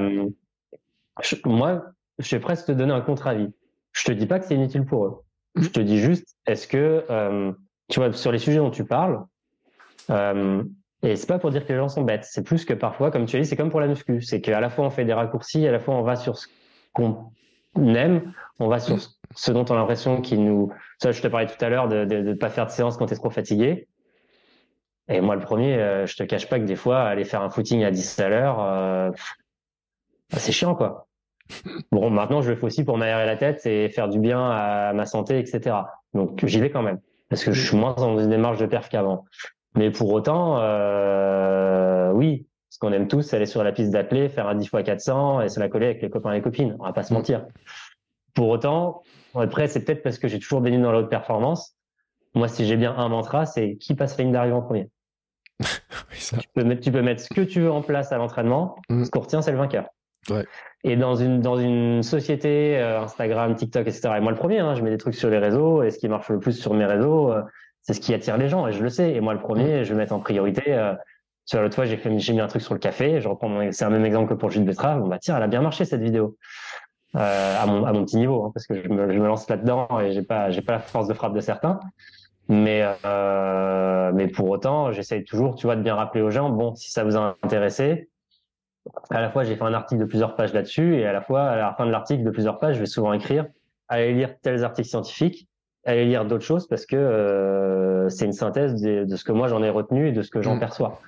Moi, je vais presque te donner un contre-avis. Je te dis pas que c'est inutile pour eux. Mm. Je te dis juste, est-ce que, tu vois, sur les sujets dont tu parles, et c'est pas pour dire que les gens sont bêtes, c'est plus que parfois, comme tu as dit, c'est comme pour la muscu, c'est qu'à la fois on fait des raccourcis, à la fois on va sur ce qu'on aime, on va sur ce dont on a l'impression qu'il nous... Ça, je te parlais tout à l'heure de ne pas faire de séance quand tu es trop fatigué. Et moi, le premier, je te cache pas que des fois, aller faire un footing à 10 à l'heure, c'est chiant, quoi. Bon, maintenant, je le fais aussi pour m'aérer la tête et faire du bien à ma santé, etc. Donc, j'y vais quand même. Parce que je suis moins dans une démarche de perf qu'avant. Mais pour autant, oui, ce qu'on aime tous, c'est aller sur la piste d'athlée, faire un 10x400 et se la coller avec les copains et les copines. On va pas se mentir. Pour autant, après, c'est peut-être parce que j'ai toujours baigné dans la haute performance. Moi, si j'ai bien un mantra, c'est qui passe la ligne d'arrivée en premier. Oui, ça. Tu peux mettre ce que tu veux en place à l'entraînement. Ce qu'on retient, c'est le vainqueur. Ouais. Et dans une société, Instagram, TikTok, etc. Et moi, le premier, je mets des trucs sur les réseaux. Et ce qui marche le plus sur mes réseaux, c'est ce qui attire les gens. Et je le sais. Et moi, le premier, je vais mettre en priorité. Tu vois, l'autre fois, j'ai mis un truc sur le café. C'est un même exemple que pour le jus de betterave. Bon, bah, tiens, elle a bien marché, cette vidéo. À mon petit niveau, parce que je me lance là-dedans et j'ai pas la force de frappe de certains. Mais pour autant, j'essaye toujours, tu vois, de bien rappeler aux gens, bon, si ça vous a intéressé, à la fois, j'ai fait un article de plusieurs pages là-dessus, et à la fois, à la fin de l'article de plusieurs pages, je vais souvent écrire, allez lire tels articles scientifiques, allez lire d'autres choses, parce que c'est une synthèse de ce que moi j'en ai retenu et de ce que j'en perçois.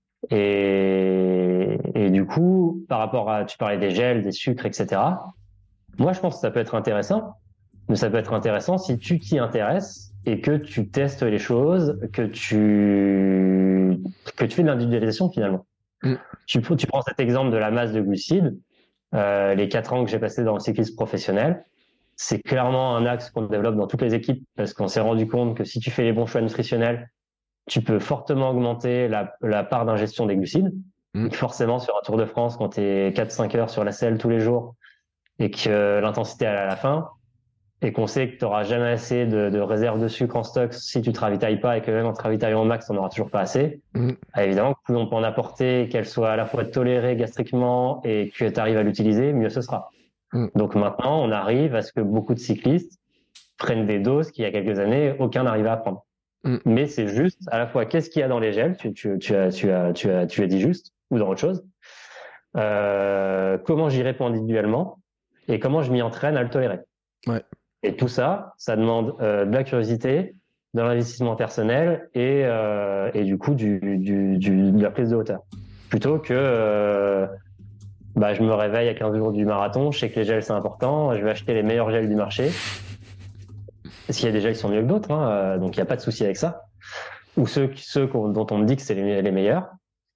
Et du coup, par rapport tu parlais des gels, des sucres, etc. Moi, je pense que ça peut être intéressant, mais ça peut être intéressant si tu t'y intéresses et que tu testes les choses, que tu fais de l'individualisation finalement. Tu prends cet exemple de la masse de glucides, les 4 ans que j'ai passé dans le cyclisme professionnel, c'est clairement un axe qu'on développe dans toutes les équipes parce qu'on s'est rendu compte que si tu fais les bons choix nutritionnels, tu peux fortement augmenter la part d'ingestion des glucides. Donc forcément, sur un Tour de France, quand tu es 4-5 heures sur la selle tous les jours et que l'intensité est à la fin, et qu'on sait que tu n'auras jamais assez de réserve de sucre en stock si tu te ravitailles pas et que même en te ravitaillant au max, tu n'en auras toujours pas assez. Évidemment, plus on peut en apporter, qu'elle soit à la fois tolérée gastriquement et que tu arrives à l'utiliser, mieux ce sera. Donc maintenant, on arrive à ce que beaucoup de cyclistes prennent des doses qu'il y a quelques années, aucun n'arrivait à prendre. Mais c'est juste, à la fois, qu'est-ce qu'il y a dans les gels, tu as dit juste, ou dans autre chose, comment j'y réponds individuellement et comment je m'y entraîne à le tolérer. Ouais. Et tout ça, ça demande de la curiosité, de l'investissement personnel et du coup de la prise de hauteur. Plutôt que je me réveille à 15 jours du marathon, je sais que les gels c'est important, je vais acheter les meilleurs gels du marché. Parce qu'il y a des gels qui sont mieux que d'autres, donc il n'y a pas de souci avec ça. Ou ceux dont on me dit que c'est les meilleurs.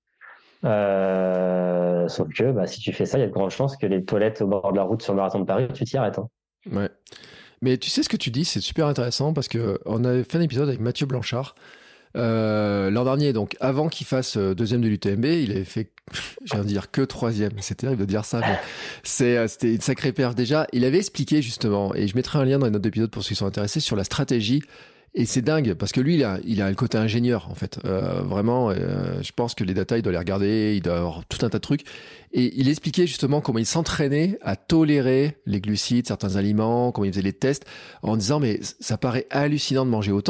Sauf que si tu fais ça, il y a de grandes chances que les toilettes au bord de la route sur le marathon de Paris, tu t'y arrêtes. Ouais. Mais tu sais ce que tu dis, c'est super intéressant parce que on avait fait un épisode avec Mathieu Blanchard l'an dernier, donc avant qu'il fasse deuxième de l'UTMB, il avait fait, j'ai envie de dire que troisième. C'est terrible de dire ça, mais c'était une sacrée perf déjà. Il avait expliqué justement, et je mettrai un lien dans les notes d'épisode pour ceux qui sont intéressés sur la stratégie. Et c'est dingue parce que lui, il a le côté ingénieur en fait. Vraiment, je pense que les data, il doit les regarder, il doit avoir tout un tas de trucs. Et il expliquait justement comment il s'entraînait à tolérer les glucides, certains aliments, comment il faisait les tests, en disant mais ça paraît hallucinant de manger autant.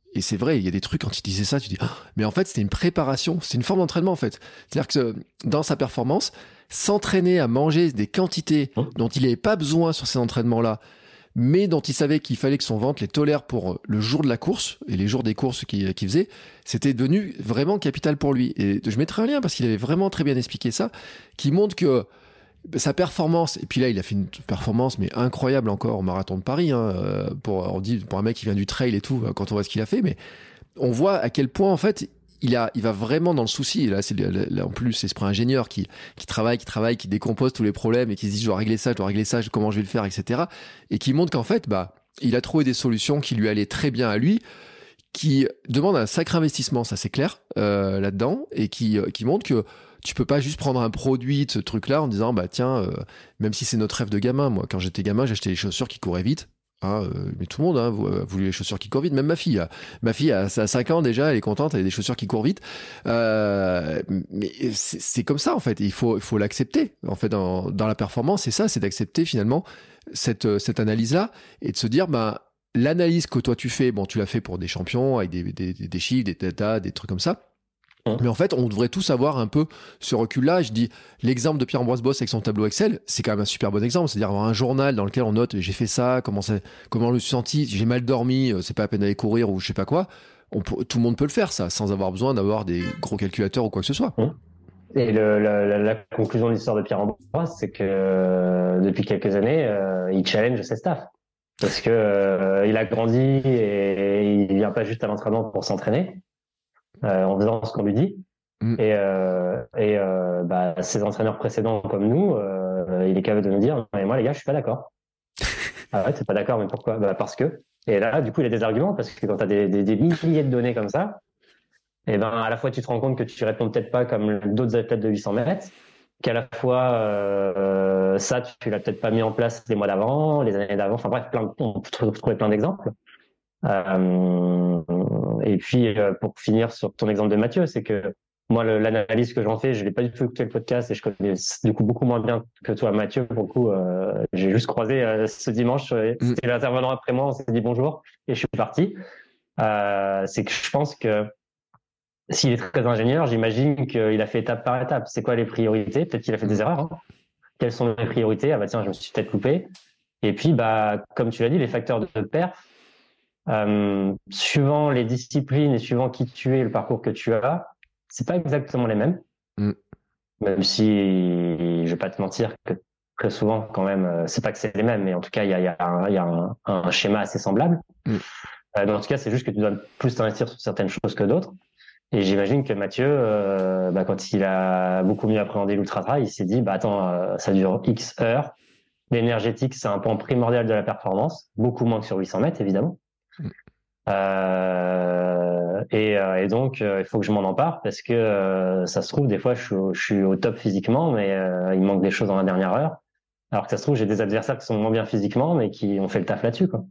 Et c'est vrai, il y a des trucs, quand il disait ça, tu dis, ah, mais en fait, c'était une préparation, c'est une forme d'entraînement, en fait. C'est-à-dire que dans sa performance, s'entraîner à manger des quantités dont il n'avait pas besoin sur ces entraînements-là, mais dont il savait qu'il fallait que son ventre les tolère pour le jour de la course et les jours des courses qu'il faisait, c'était devenu vraiment capital pour lui. Et je mettrai un lien parce qu'il avait vraiment très bien expliqué ça, qui montre que sa performance, et puis là il a fait une performance mais incroyable encore au marathon de Paris, hein, on dit pour un mec qui vient du trail et tout, quand on voit ce qu'il a fait, mais on voit à quel point en fait il va vraiment dans le souci. Et là, là, en plus, c'est ce ingénieur qui travaille, qui décompose tous les problèmes et qui se dit je dois régler ça, comment je vais le faire, etc. Et qui montre qu'en fait, il a trouvé des solutions qui lui allaient très bien à lui, qui demandent un sacré investissement, ça c'est clair, là-dedans, et qui montre que tu peux pas juste prendre un produit de ce truc-là en disant tiens, même si c'est notre rêve de gamin, moi quand j'étais gamin, j'achetais des chaussures qui couraient vite. Mais tout le monde a voulu les chaussures qui courent vite, même ma fille. Ma fille a 5 ans déjà, elle est contente, elle a des chaussures qui courent vite. Mais c'est comme ça en fait. Il faut l'accepter. En fait, dans la performance, c'est ça, c'est d'accepter finalement cette analyse-là et de se dire l'analyse que toi tu fais, tu l'as fait pour des champions avec des chiffres, des data, des trucs comme ça. Mais en fait, on devrait tous avoir un peu ce recul-là. Je dis, l'exemple de Pierre-Ambroise Boss avec son tableau Excel, c'est quand même un super bon exemple. C'est-à-dire avoir un journal dans lequel on note, j'ai fait ça, comment je me suis senti, j'ai mal dormi, c'est pas la peine d'aller courir ou je sais pas quoi. Tout le monde peut le faire, ça, sans avoir besoin d'avoir des gros calculateurs ou quoi que ce soit. Et la conclusion de l'histoire de Pierre-Ambroise, c'est que depuis quelques années, il challenge ses staffs. Parce que il a grandi et il vient pas juste à l'entraînement pour s'entraîner. En faisant ce qu'on lui dit. Et ses entraîneurs précédents comme nous, il est capable de nous dire mais moi les gars je suis pas d'accord. Ah ouais, t'es pas d'accord, mais pourquoi? Parce que. Et là du coup il a des arguments parce que quand t'as des milliers de données comme ça, et à la fois tu te rends compte que tu réponds peut-être pas comme d'autres athlètes de 800 mètres, qu'à la fois ça tu l'as peut-être pas mis en place les mois d'avant, les années d'avant, enfin bref on peut trouver plein d'exemples. Et puis pour finir sur ton exemple de Mathieu, c'est que moi l'analyse que j'en fais, je l'ai pas du tout écouté le podcast et je connais du coup beaucoup moins bien que toi Mathieu. Pour le coup, j'ai juste croisé ce dimanche, c'était l'intervenant après moi, on s'est dit bonjour et je suis parti. C'est que je pense que s'il est très ingénieur, j'imagine qu'il a fait étape par étape. C'est quoi les priorités? Peut-être qu'il a fait des erreurs. Hein. Quelles sont les priorités? Ah tiens, je me suis peut-être loupé. Et puis comme tu l'as dit, les facteurs de perf. Suivant les disciplines et suivant qui tu es, le parcours que tu as, c'est pas exactement les mêmes. Même si je vais pas te mentir que très souvent quand même, c'est pas que c'est les mêmes, mais en tout cas il y a un schéma assez semblable. Donc, en tout cas, c'est juste que tu dois plus t'investir sur certaines choses que d'autres. Et j'imagine que Mathieu, quand il a beaucoup mieux appréhendé l'ultra-trail, il s'est dit attends, ça dure X heures. L'énergétique, c'est un point primordial de la performance, beaucoup moins que sur 800 mètres évidemment. Et donc il faut que je m'en empare parce que ça se trouve des fois je suis au top physiquement mais il manque des choses dans la dernière heure alors que ça se trouve j'ai des adversaires qui sont moins bien physiquement mais qui ont fait le taf là-dessus quoi.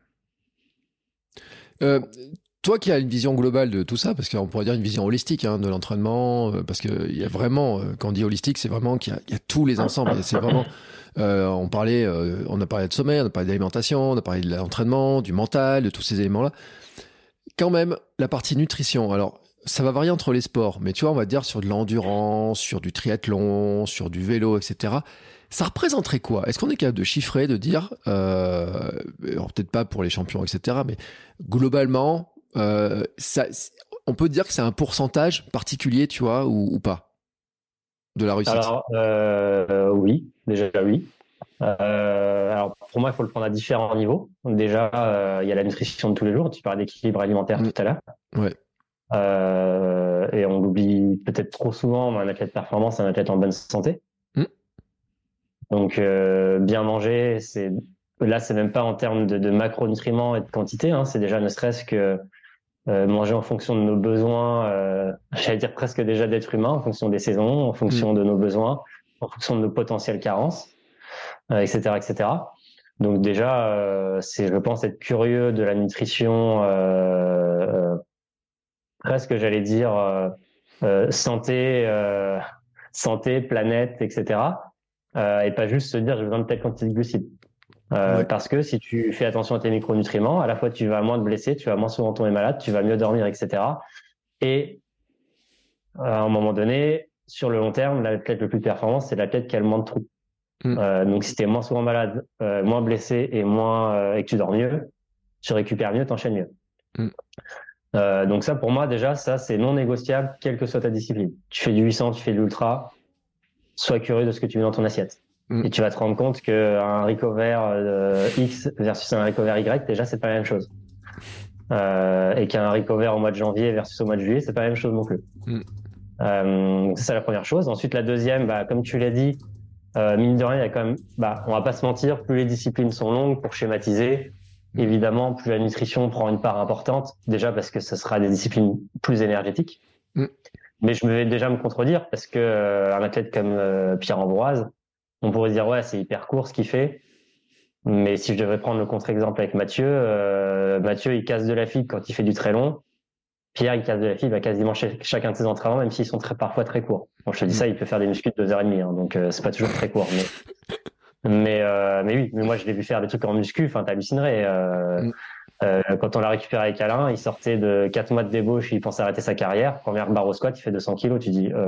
Toi qui as une vision globale de tout ça, parce qu'on pourrait dire une vision holistique de l'entraînement, parce qu'il y a vraiment, quand on dit holistique, c'est vraiment qu'il y a tous les ensembles. C'est vraiment, on a parlé de sommeil, on a parlé d'alimentation, on a parlé de l'entraînement, du mental, de tous ces éléments-là. Quand même, la partie nutrition, alors ça va varier entre les sports, mais tu vois, on va dire sur de l'endurance, sur du triathlon, sur du vélo, etc. Ça représenterait quoi? Est-ce qu'on est capable de chiffrer, de dire, alors peut-être pas pour les champions, etc., mais globalement, on peut dire que c'est un pourcentage particulier, tu vois, ou pas, de la réussite? Alors, oui, déjà oui. Alors pour moi, il faut le prendre à différents niveaux. Déjà, il y a la nutrition de tous les jours. Tu parlais d'équilibre alimentaire tout à l'heure. Ouais. Et on l'oublie peut-être trop souvent. Un athlète performance, un athlète en bonne santé. Donc bien manger, c'est même pas en termes de macronutriments et de quantité. Hein, c'est déjà ne serait-ce que manger en fonction de nos besoins. J'allais dire presque déjà d'être humain, en fonction des saisons, en fonction de nos besoins, en fonction de nos potentielles carences. Etc., etc. Donc déjà, c'est, je pense, être curieux de la nutrition, presque, j'allais dire, santé, planète, etc. Et pas juste se dire, j'ai besoin de telle quantité de glucides. Parce que si tu fais attention à tes micronutriments, à la fois tu vas moins te blesser, tu vas moins souvent tomber malade, tu vas mieux dormir, etc. Et à un moment donné, sur le long terme, l'athlète le plus performant, c'est l'athlète qui a le moins de trous. Donc si tu es moins souvent malade, moins blessé et et que tu dors mieux, tu récupères mieux, t'enchaînes mieux. Donc ça, pour moi, déjà, ça, c'est non négociable, quelle que soit ta discipline. Tu fais du 800, tu fais de l'ultra, sois curieux de ce que tu mets dans ton assiette. Et tu vas te rendre compte qu'un recover X versus un recover Y, déjà, c'est pas la même chose. Et qu'un recover au mois de janvier versus au mois de juillet, c'est pas la même chose non plus. C'est ça la première chose. Ensuite, la deuxième, comme tu l'as dit, mine de rien, il y a quand même, on va pas se mentir, plus les disciplines sont longues pour schématiser, évidemment, plus la nutrition prend une part importante, déjà parce que ce sera des disciplines plus énergétiques. Mais je vais déjà me contredire parce que un athlète comme Pierre-Ambroise, on pourrait se dire ouais, c'est hyper court ce qu'il fait. Mais si je devais prendre le contre-exemple avec Mathieu, Mathieu il casse de la fibre quand il fait du très long. Pierre il casse de la fibre à quasiment chacun de ses entraînements, même s'ils sont parfois très courts. Bon, je te dis ça, il peut faire des muscles de 2h30, hein, donc c'est pas toujours très court. Mais oui, mais moi je l'ai vu faire des trucs en muscu, enfin t'hallucinerais. Quand on l'a récupéré avec Alain, il sortait de 4 mois de débauche, il pensait arrêter sa carrière. Première barre au squat, il fait 200 kilos. Tu dis,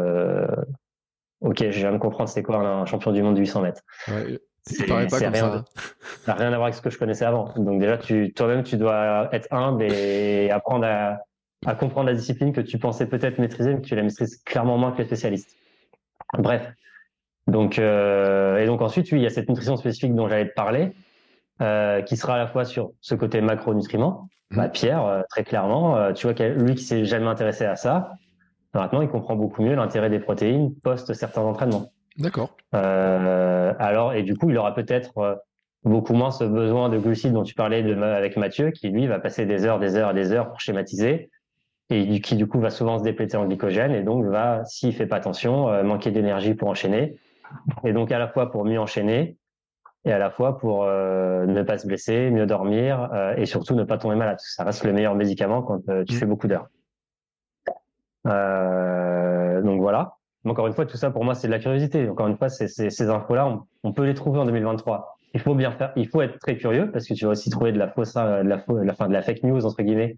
ok, je viens de comprendre c'est quoi un champion du monde de 800 mètres. Ouais, il paraît pas comme ça. Ça n'a rien à voir avec ce que je connaissais avant. Donc déjà, toi-même, tu dois être humble et apprendre à comprendre la discipline que tu pensais peut-être maîtriser, mais que tu la maîtrises clairement moins que les spécialistes. Bref. Donc, et donc ensuite, oui, il y a cette nutrition spécifique dont j'allais te parler. Qui sera à la fois sur ce côté macronutriments. Pierre, très clairement, tu vois, lui qui s'est jamais intéressé à ça, maintenant il comprend beaucoup mieux l'intérêt des protéines post certains entraînements. D'accord. Alors, et du coup, il aura peut-être beaucoup moins ce besoin de glucides dont tu parlais avec Mathieu, qui lui va passer des heures pour schématiser, et qui du coup va souvent se dépléter en glycogène, et donc va, s'il fait pas attention, manquer d'énergie pour enchaîner, et donc à la fois pour mieux enchaîner, et à la fois pour ne pas se blesser, mieux dormir et surtout ne pas tomber malade. Ça reste le meilleur médicament quand tu fais beaucoup d'heures. Donc voilà. Encore une fois, tout ça pour moi c'est de la curiosité. Encore une fois, ces infos-là, on peut les trouver en 2023. Il faut bien faire, il faut être très curieux parce que tu vas aussi trouver de la fake news entre guillemets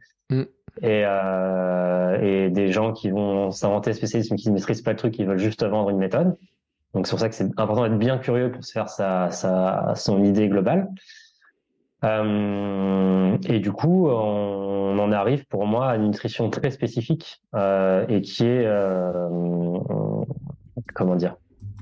et des gens qui vont s'inventer spécialistes mais qui ne maîtrisent pas le truc, qui veulent juste vendre une méthode. Donc c'est pour ça que c'est important d'être bien curieux pour se faire son idée globale. Et du coup, on en arrive pour moi à une nutrition très spécifique et qui est comment dire,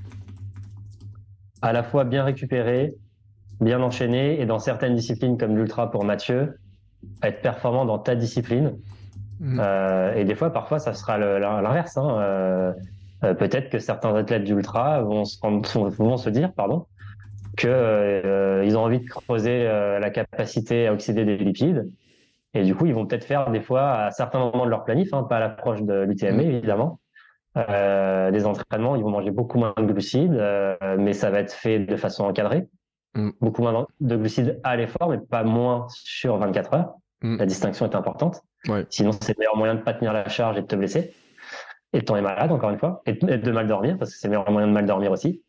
à la fois bien récupérée, bien enchaînée et dans certaines disciplines comme l'ultra pour Mathieu, être performant dans ta discipline. Et des fois, parfois, ça sera l'inverse. Peut-être que certains athlètes d'ultra vont se dire que ils ont envie de creuser la capacité à oxyder des lipides et du coup ils vont peut-être faire des fois à certains moments de leur planif, pas à l'approche de l'UTMB évidemment, des entraînements, ils vont manger beaucoup moins de glucides, mais ça va être fait de façon encadrée, beaucoup moins de glucides à l'effort mais pas moins sur 24 heures. La distinction est importante. Sinon c'est le meilleur moyen de pas tenir la charge et de te blesser et de tomber malade encore une fois et de mal dormir parce que c'est le meilleur moyen de mal dormir aussi.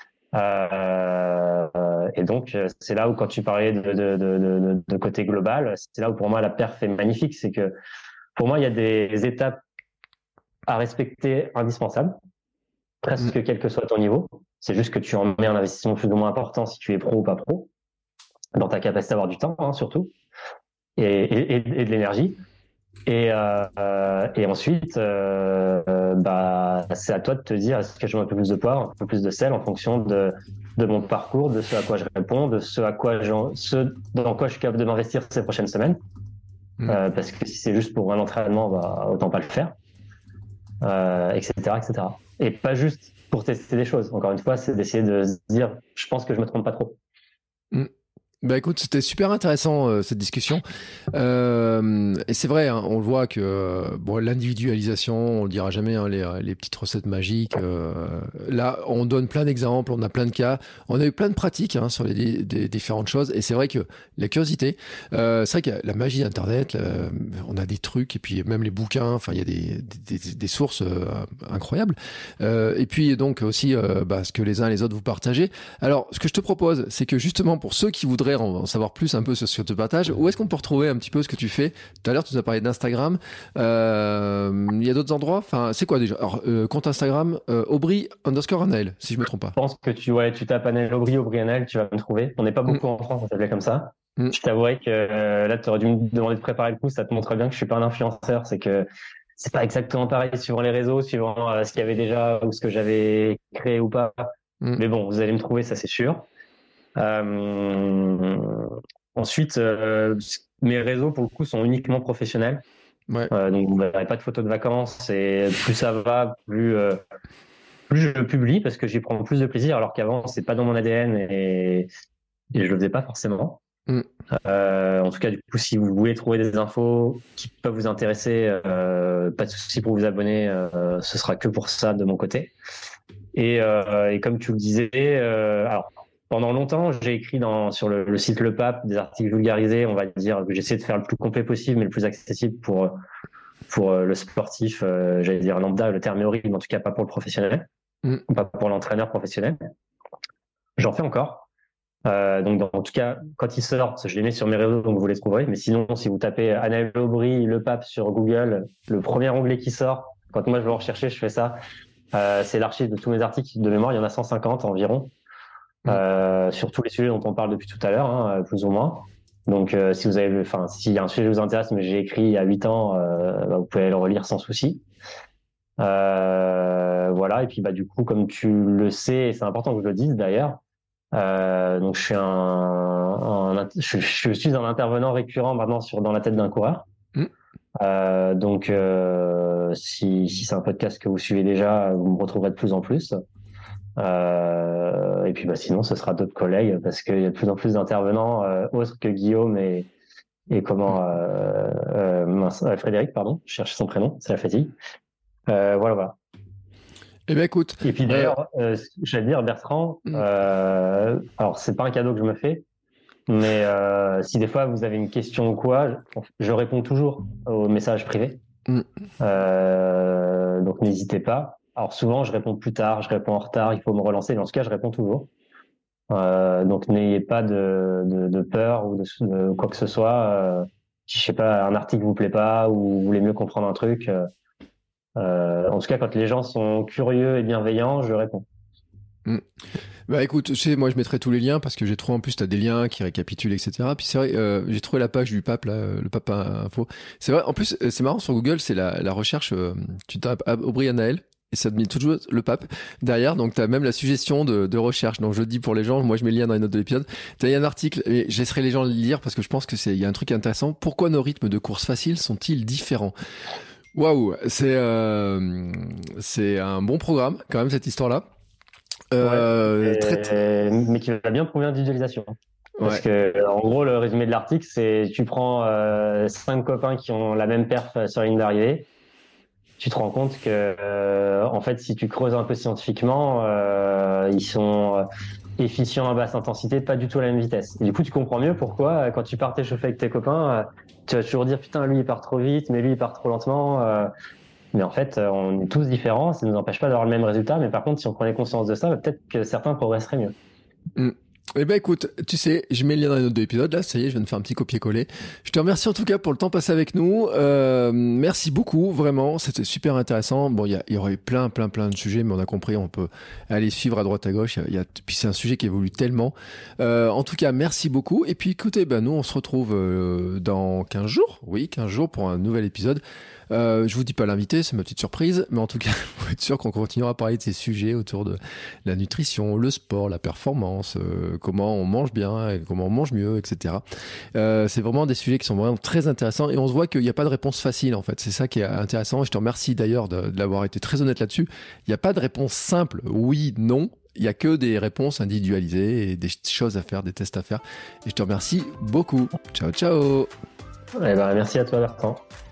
Et donc c'est là où quand tu parlais de côté global, c'est là où pour moi la perf est magnifique, c'est que pour moi il y a des étapes à respecter indispensables, presque quel que soit ton niveau. C'est juste que tu en mets un investissement plus ou moins important si tu es pro ou pas pro, dans ta capacité à avoir du temps surtout et de l'énergie. Et ensuite, c'est à toi de te dire est-ce que je mets un peu plus de poivre, un peu plus de sel en fonction de mon parcours, de ce à quoi je réponds, de ce dans quoi je suis capable de m'investir ces prochaines semaines. Parce que si c'est juste pour un entraînement, autant pas le faire, etc., etc. Et pas juste pour tester des choses. Encore une fois, c'est d'essayer de se dire je pense que je me trompe pas trop. Bah écoute, c'était super intéressant cette discussion. Et c'est vrai, hein, on le voit que bon, l'individualisation, on le dira jamais, hein, les petites recettes magiques. Là, on donne plein d'exemples, on a plein de cas, on a eu plein de pratiques hein, sur des différentes choses. Et c'est vrai que la curiosité, c'est vrai que la magie d'Internet, on a des trucs et puis même les bouquins. Enfin, il y a des sources incroyables. Et puis donc aussi ce que les uns et les autres vous partagez. Alors, ce que je te propose, c'est que justement pour ceux qui voudraient en savoir plus un peu sur ce que tu partages, où est-ce qu'on peut retrouver un petit peu ce que tu fais? Tout à l'heure, tu nous as parlé d'Instagram. Il y a d'autres endroits? Enfin, c'est quoi déjà? Alors, compte Instagram, Aubry_Anaël, si je me trompe pas. Je pense que tu tapes Anaël Aubry Anaël, tu vas me trouver. On n'est pas beaucoup en France, on s'appelait comme ça. Je t'avouerais que là, tu aurais dû me demander de préparer le coup. Ça te montre bien que je suis pas un influenceur. C'est que c'est pas exactement pareil suivant les réseaux, suivant ce qu'il y avait déjà ou ce que j'avais créé ou pas. Mais bon, vous allez me trouver, ça c'est sûr. Ensuite, mes réseaux pour le coup sont uniquement professionnels. Ouais. Donc vous n'aurez pas de photos de vacances et plus ça va, plus je publie parce que j'y prends plus de plaisir alors qu'avant c'est pas dans mon ADN et je le faisais pas forcément. En tout cas, du coup, si vous voulez trouver des infos qui peuvent vous intéresser, pas de souci pour vous abonner. Ce sera que pour ça de mon côté. Et comme tu le disais, alors pendant longtemps, j'ai écrit sur le site Le Pape des articles vulgarisés. On va dire que j'essaie de faire le plus complet possible, mais le plus accessible pour le sportif. J'allais dire lambda, le terme est horrible, mais en tout cas pas pour le professionnel, pas pour l'entraîneur professionnel. J'en fais encore. Donc, en tout cas, quand ils sortent, je les mets sur mes réseaux, donc vous les trouverez. Mais sinon, si vous tapez Anaël Aubry, Le Pape sur Google, le premier onglet qui sort, quand moi je veux rechercher, je fais ça. C'est l'archive de tous mes articles de mémoire. Il y en a 150 environ, sur tous les sujets dont on parle depuis tout à l'heure, hein, plus ou moins. Donc, si vous avez, s'il y a un sujet qui vous intéresse, mais j'ai écrit il y a 8 ans, vous pouvez le relire sans souci. Voilà. Et puis, du coup, comme tu le sais, et c'est important que je le dise d'ailleurs, donc je suis un intervenant récurrent maintenant dans la tête d'un coureur. Donc si c'est un podcast que vous suivez déjà, vous me retrouverez de plus en plus. Et puis sinon ce sera d'autres collègues parce qu'il y a de plus en plus d'intervenants autres que Guillaume et Frédéric, pardon, je cherche son prénom, c'est la fatigue. Voilà. Eh bien, écoute. Et puis d'ailleurs, j'allais dire, Bertrand, alors c'est pas un cadeau que je me fais, mais si des fois vous avez une question ou quoi, je réponds toujours aux messages privés. Donc n'hésitez pas. Alors souvent, je réponds plus tard, je réponds en retard, il faut me relancer, mais en tout cas, je réponds toujours. Donc n'ayez pas de peur ou de quoi que ce soit. Si je sais pas, un article vous plaît pas ou vous voulez mieux comprendre un truc. En tout cas, quand les gens sont curieux et bienveillants, je réponds. Écoute, tu sais, moi je mettrai tous les liens parce que j'ai trouvé en plus, tu as des liens qui récapitulent, etc. Puis c'est vrai, j'ai trouvé la page du Pape, là, le Pape Info. C'est vrai, en plus, c'est marrant sur Google, c'est la recherche, tu tapes Aubry Anaël et ça te met toujours le Pape derrière. Donc tu as même la suggestion de recherche. Donc je le dis pour les gens, moi je mets le lien dans les notes de l'épisode. Tu as un article, et je laisserai les gens le lire parce que je pense qu'il y a un truc intéressant. Pourquoi nos rythmes de course faciles sont-ils différents? Waouh, c'est un bon programme quand même cette histoire-là. Mais qui va bien prouver l'individualisation. Parce que, en gros, le résumé de l'article, c'est tu prends 5 copains qui ont la même perf sur la ligne d'arrivée, tu te rends compte que, en fait, si tu creuses un peu scientifiquement, ils sont efficients à basse intensité, pas du tout à la même vitesse. Et du coup, tu comprends mieux pourquoi, quand tu pars t'échauffer avec tes copains, tu vas toujours dire putain, lui il part trop vite, mais lui il part trop lentement. Mais en fait, on est tous différents, ça ne nous empêche pas d'avoir le même résultat. Mais par contre, si on prenait conscience de ça, peut-être que certains progresseraient mieux. Eh ben écoute, tu sais, je mets le lien dans les notes de l'épisode, là, ça y est, je viens de faire un petit copier-coller. Je te remercie en tout cas pour le temps passé avec nous. Merci beaucoup, vraiment, c'était super intéressant. Bon, il y aurait plein de sujets, mais on a compris, on peut aller suivre à droite à gauche. Puis c'est un sujet qui évolue tellement. En tout cas, merci beaucoup. Et puis écoutez, nous on se retrouve dans 15 jours, oui, 15 jours pour un nouvel épisode. Je vous dis pas l'invité, c'est ma petite surprise, mais en tout cas, vous être sûr qu'on continuera à parler de ces sujets autour de la nutrition, le sport, la performance, comment on mange bien, et comment on mange mieux, etc. C'est vraiment des sujets qui sont vraiment très intéressants et on se voit qu'il n'y a pas de réponse facile en fait. C'est ça qui est intéressant et je te remercie d'ailleurs de l'avoir été très honnête là-dessus. Il n'y a pas de réponse simple, oui, non. il n'y a que des réponses individualisées et des choses à faire, des tests à faire. Et je te remercie beaucoup. Ciao, ciao. Eh ben, merci à toi, Bertrand.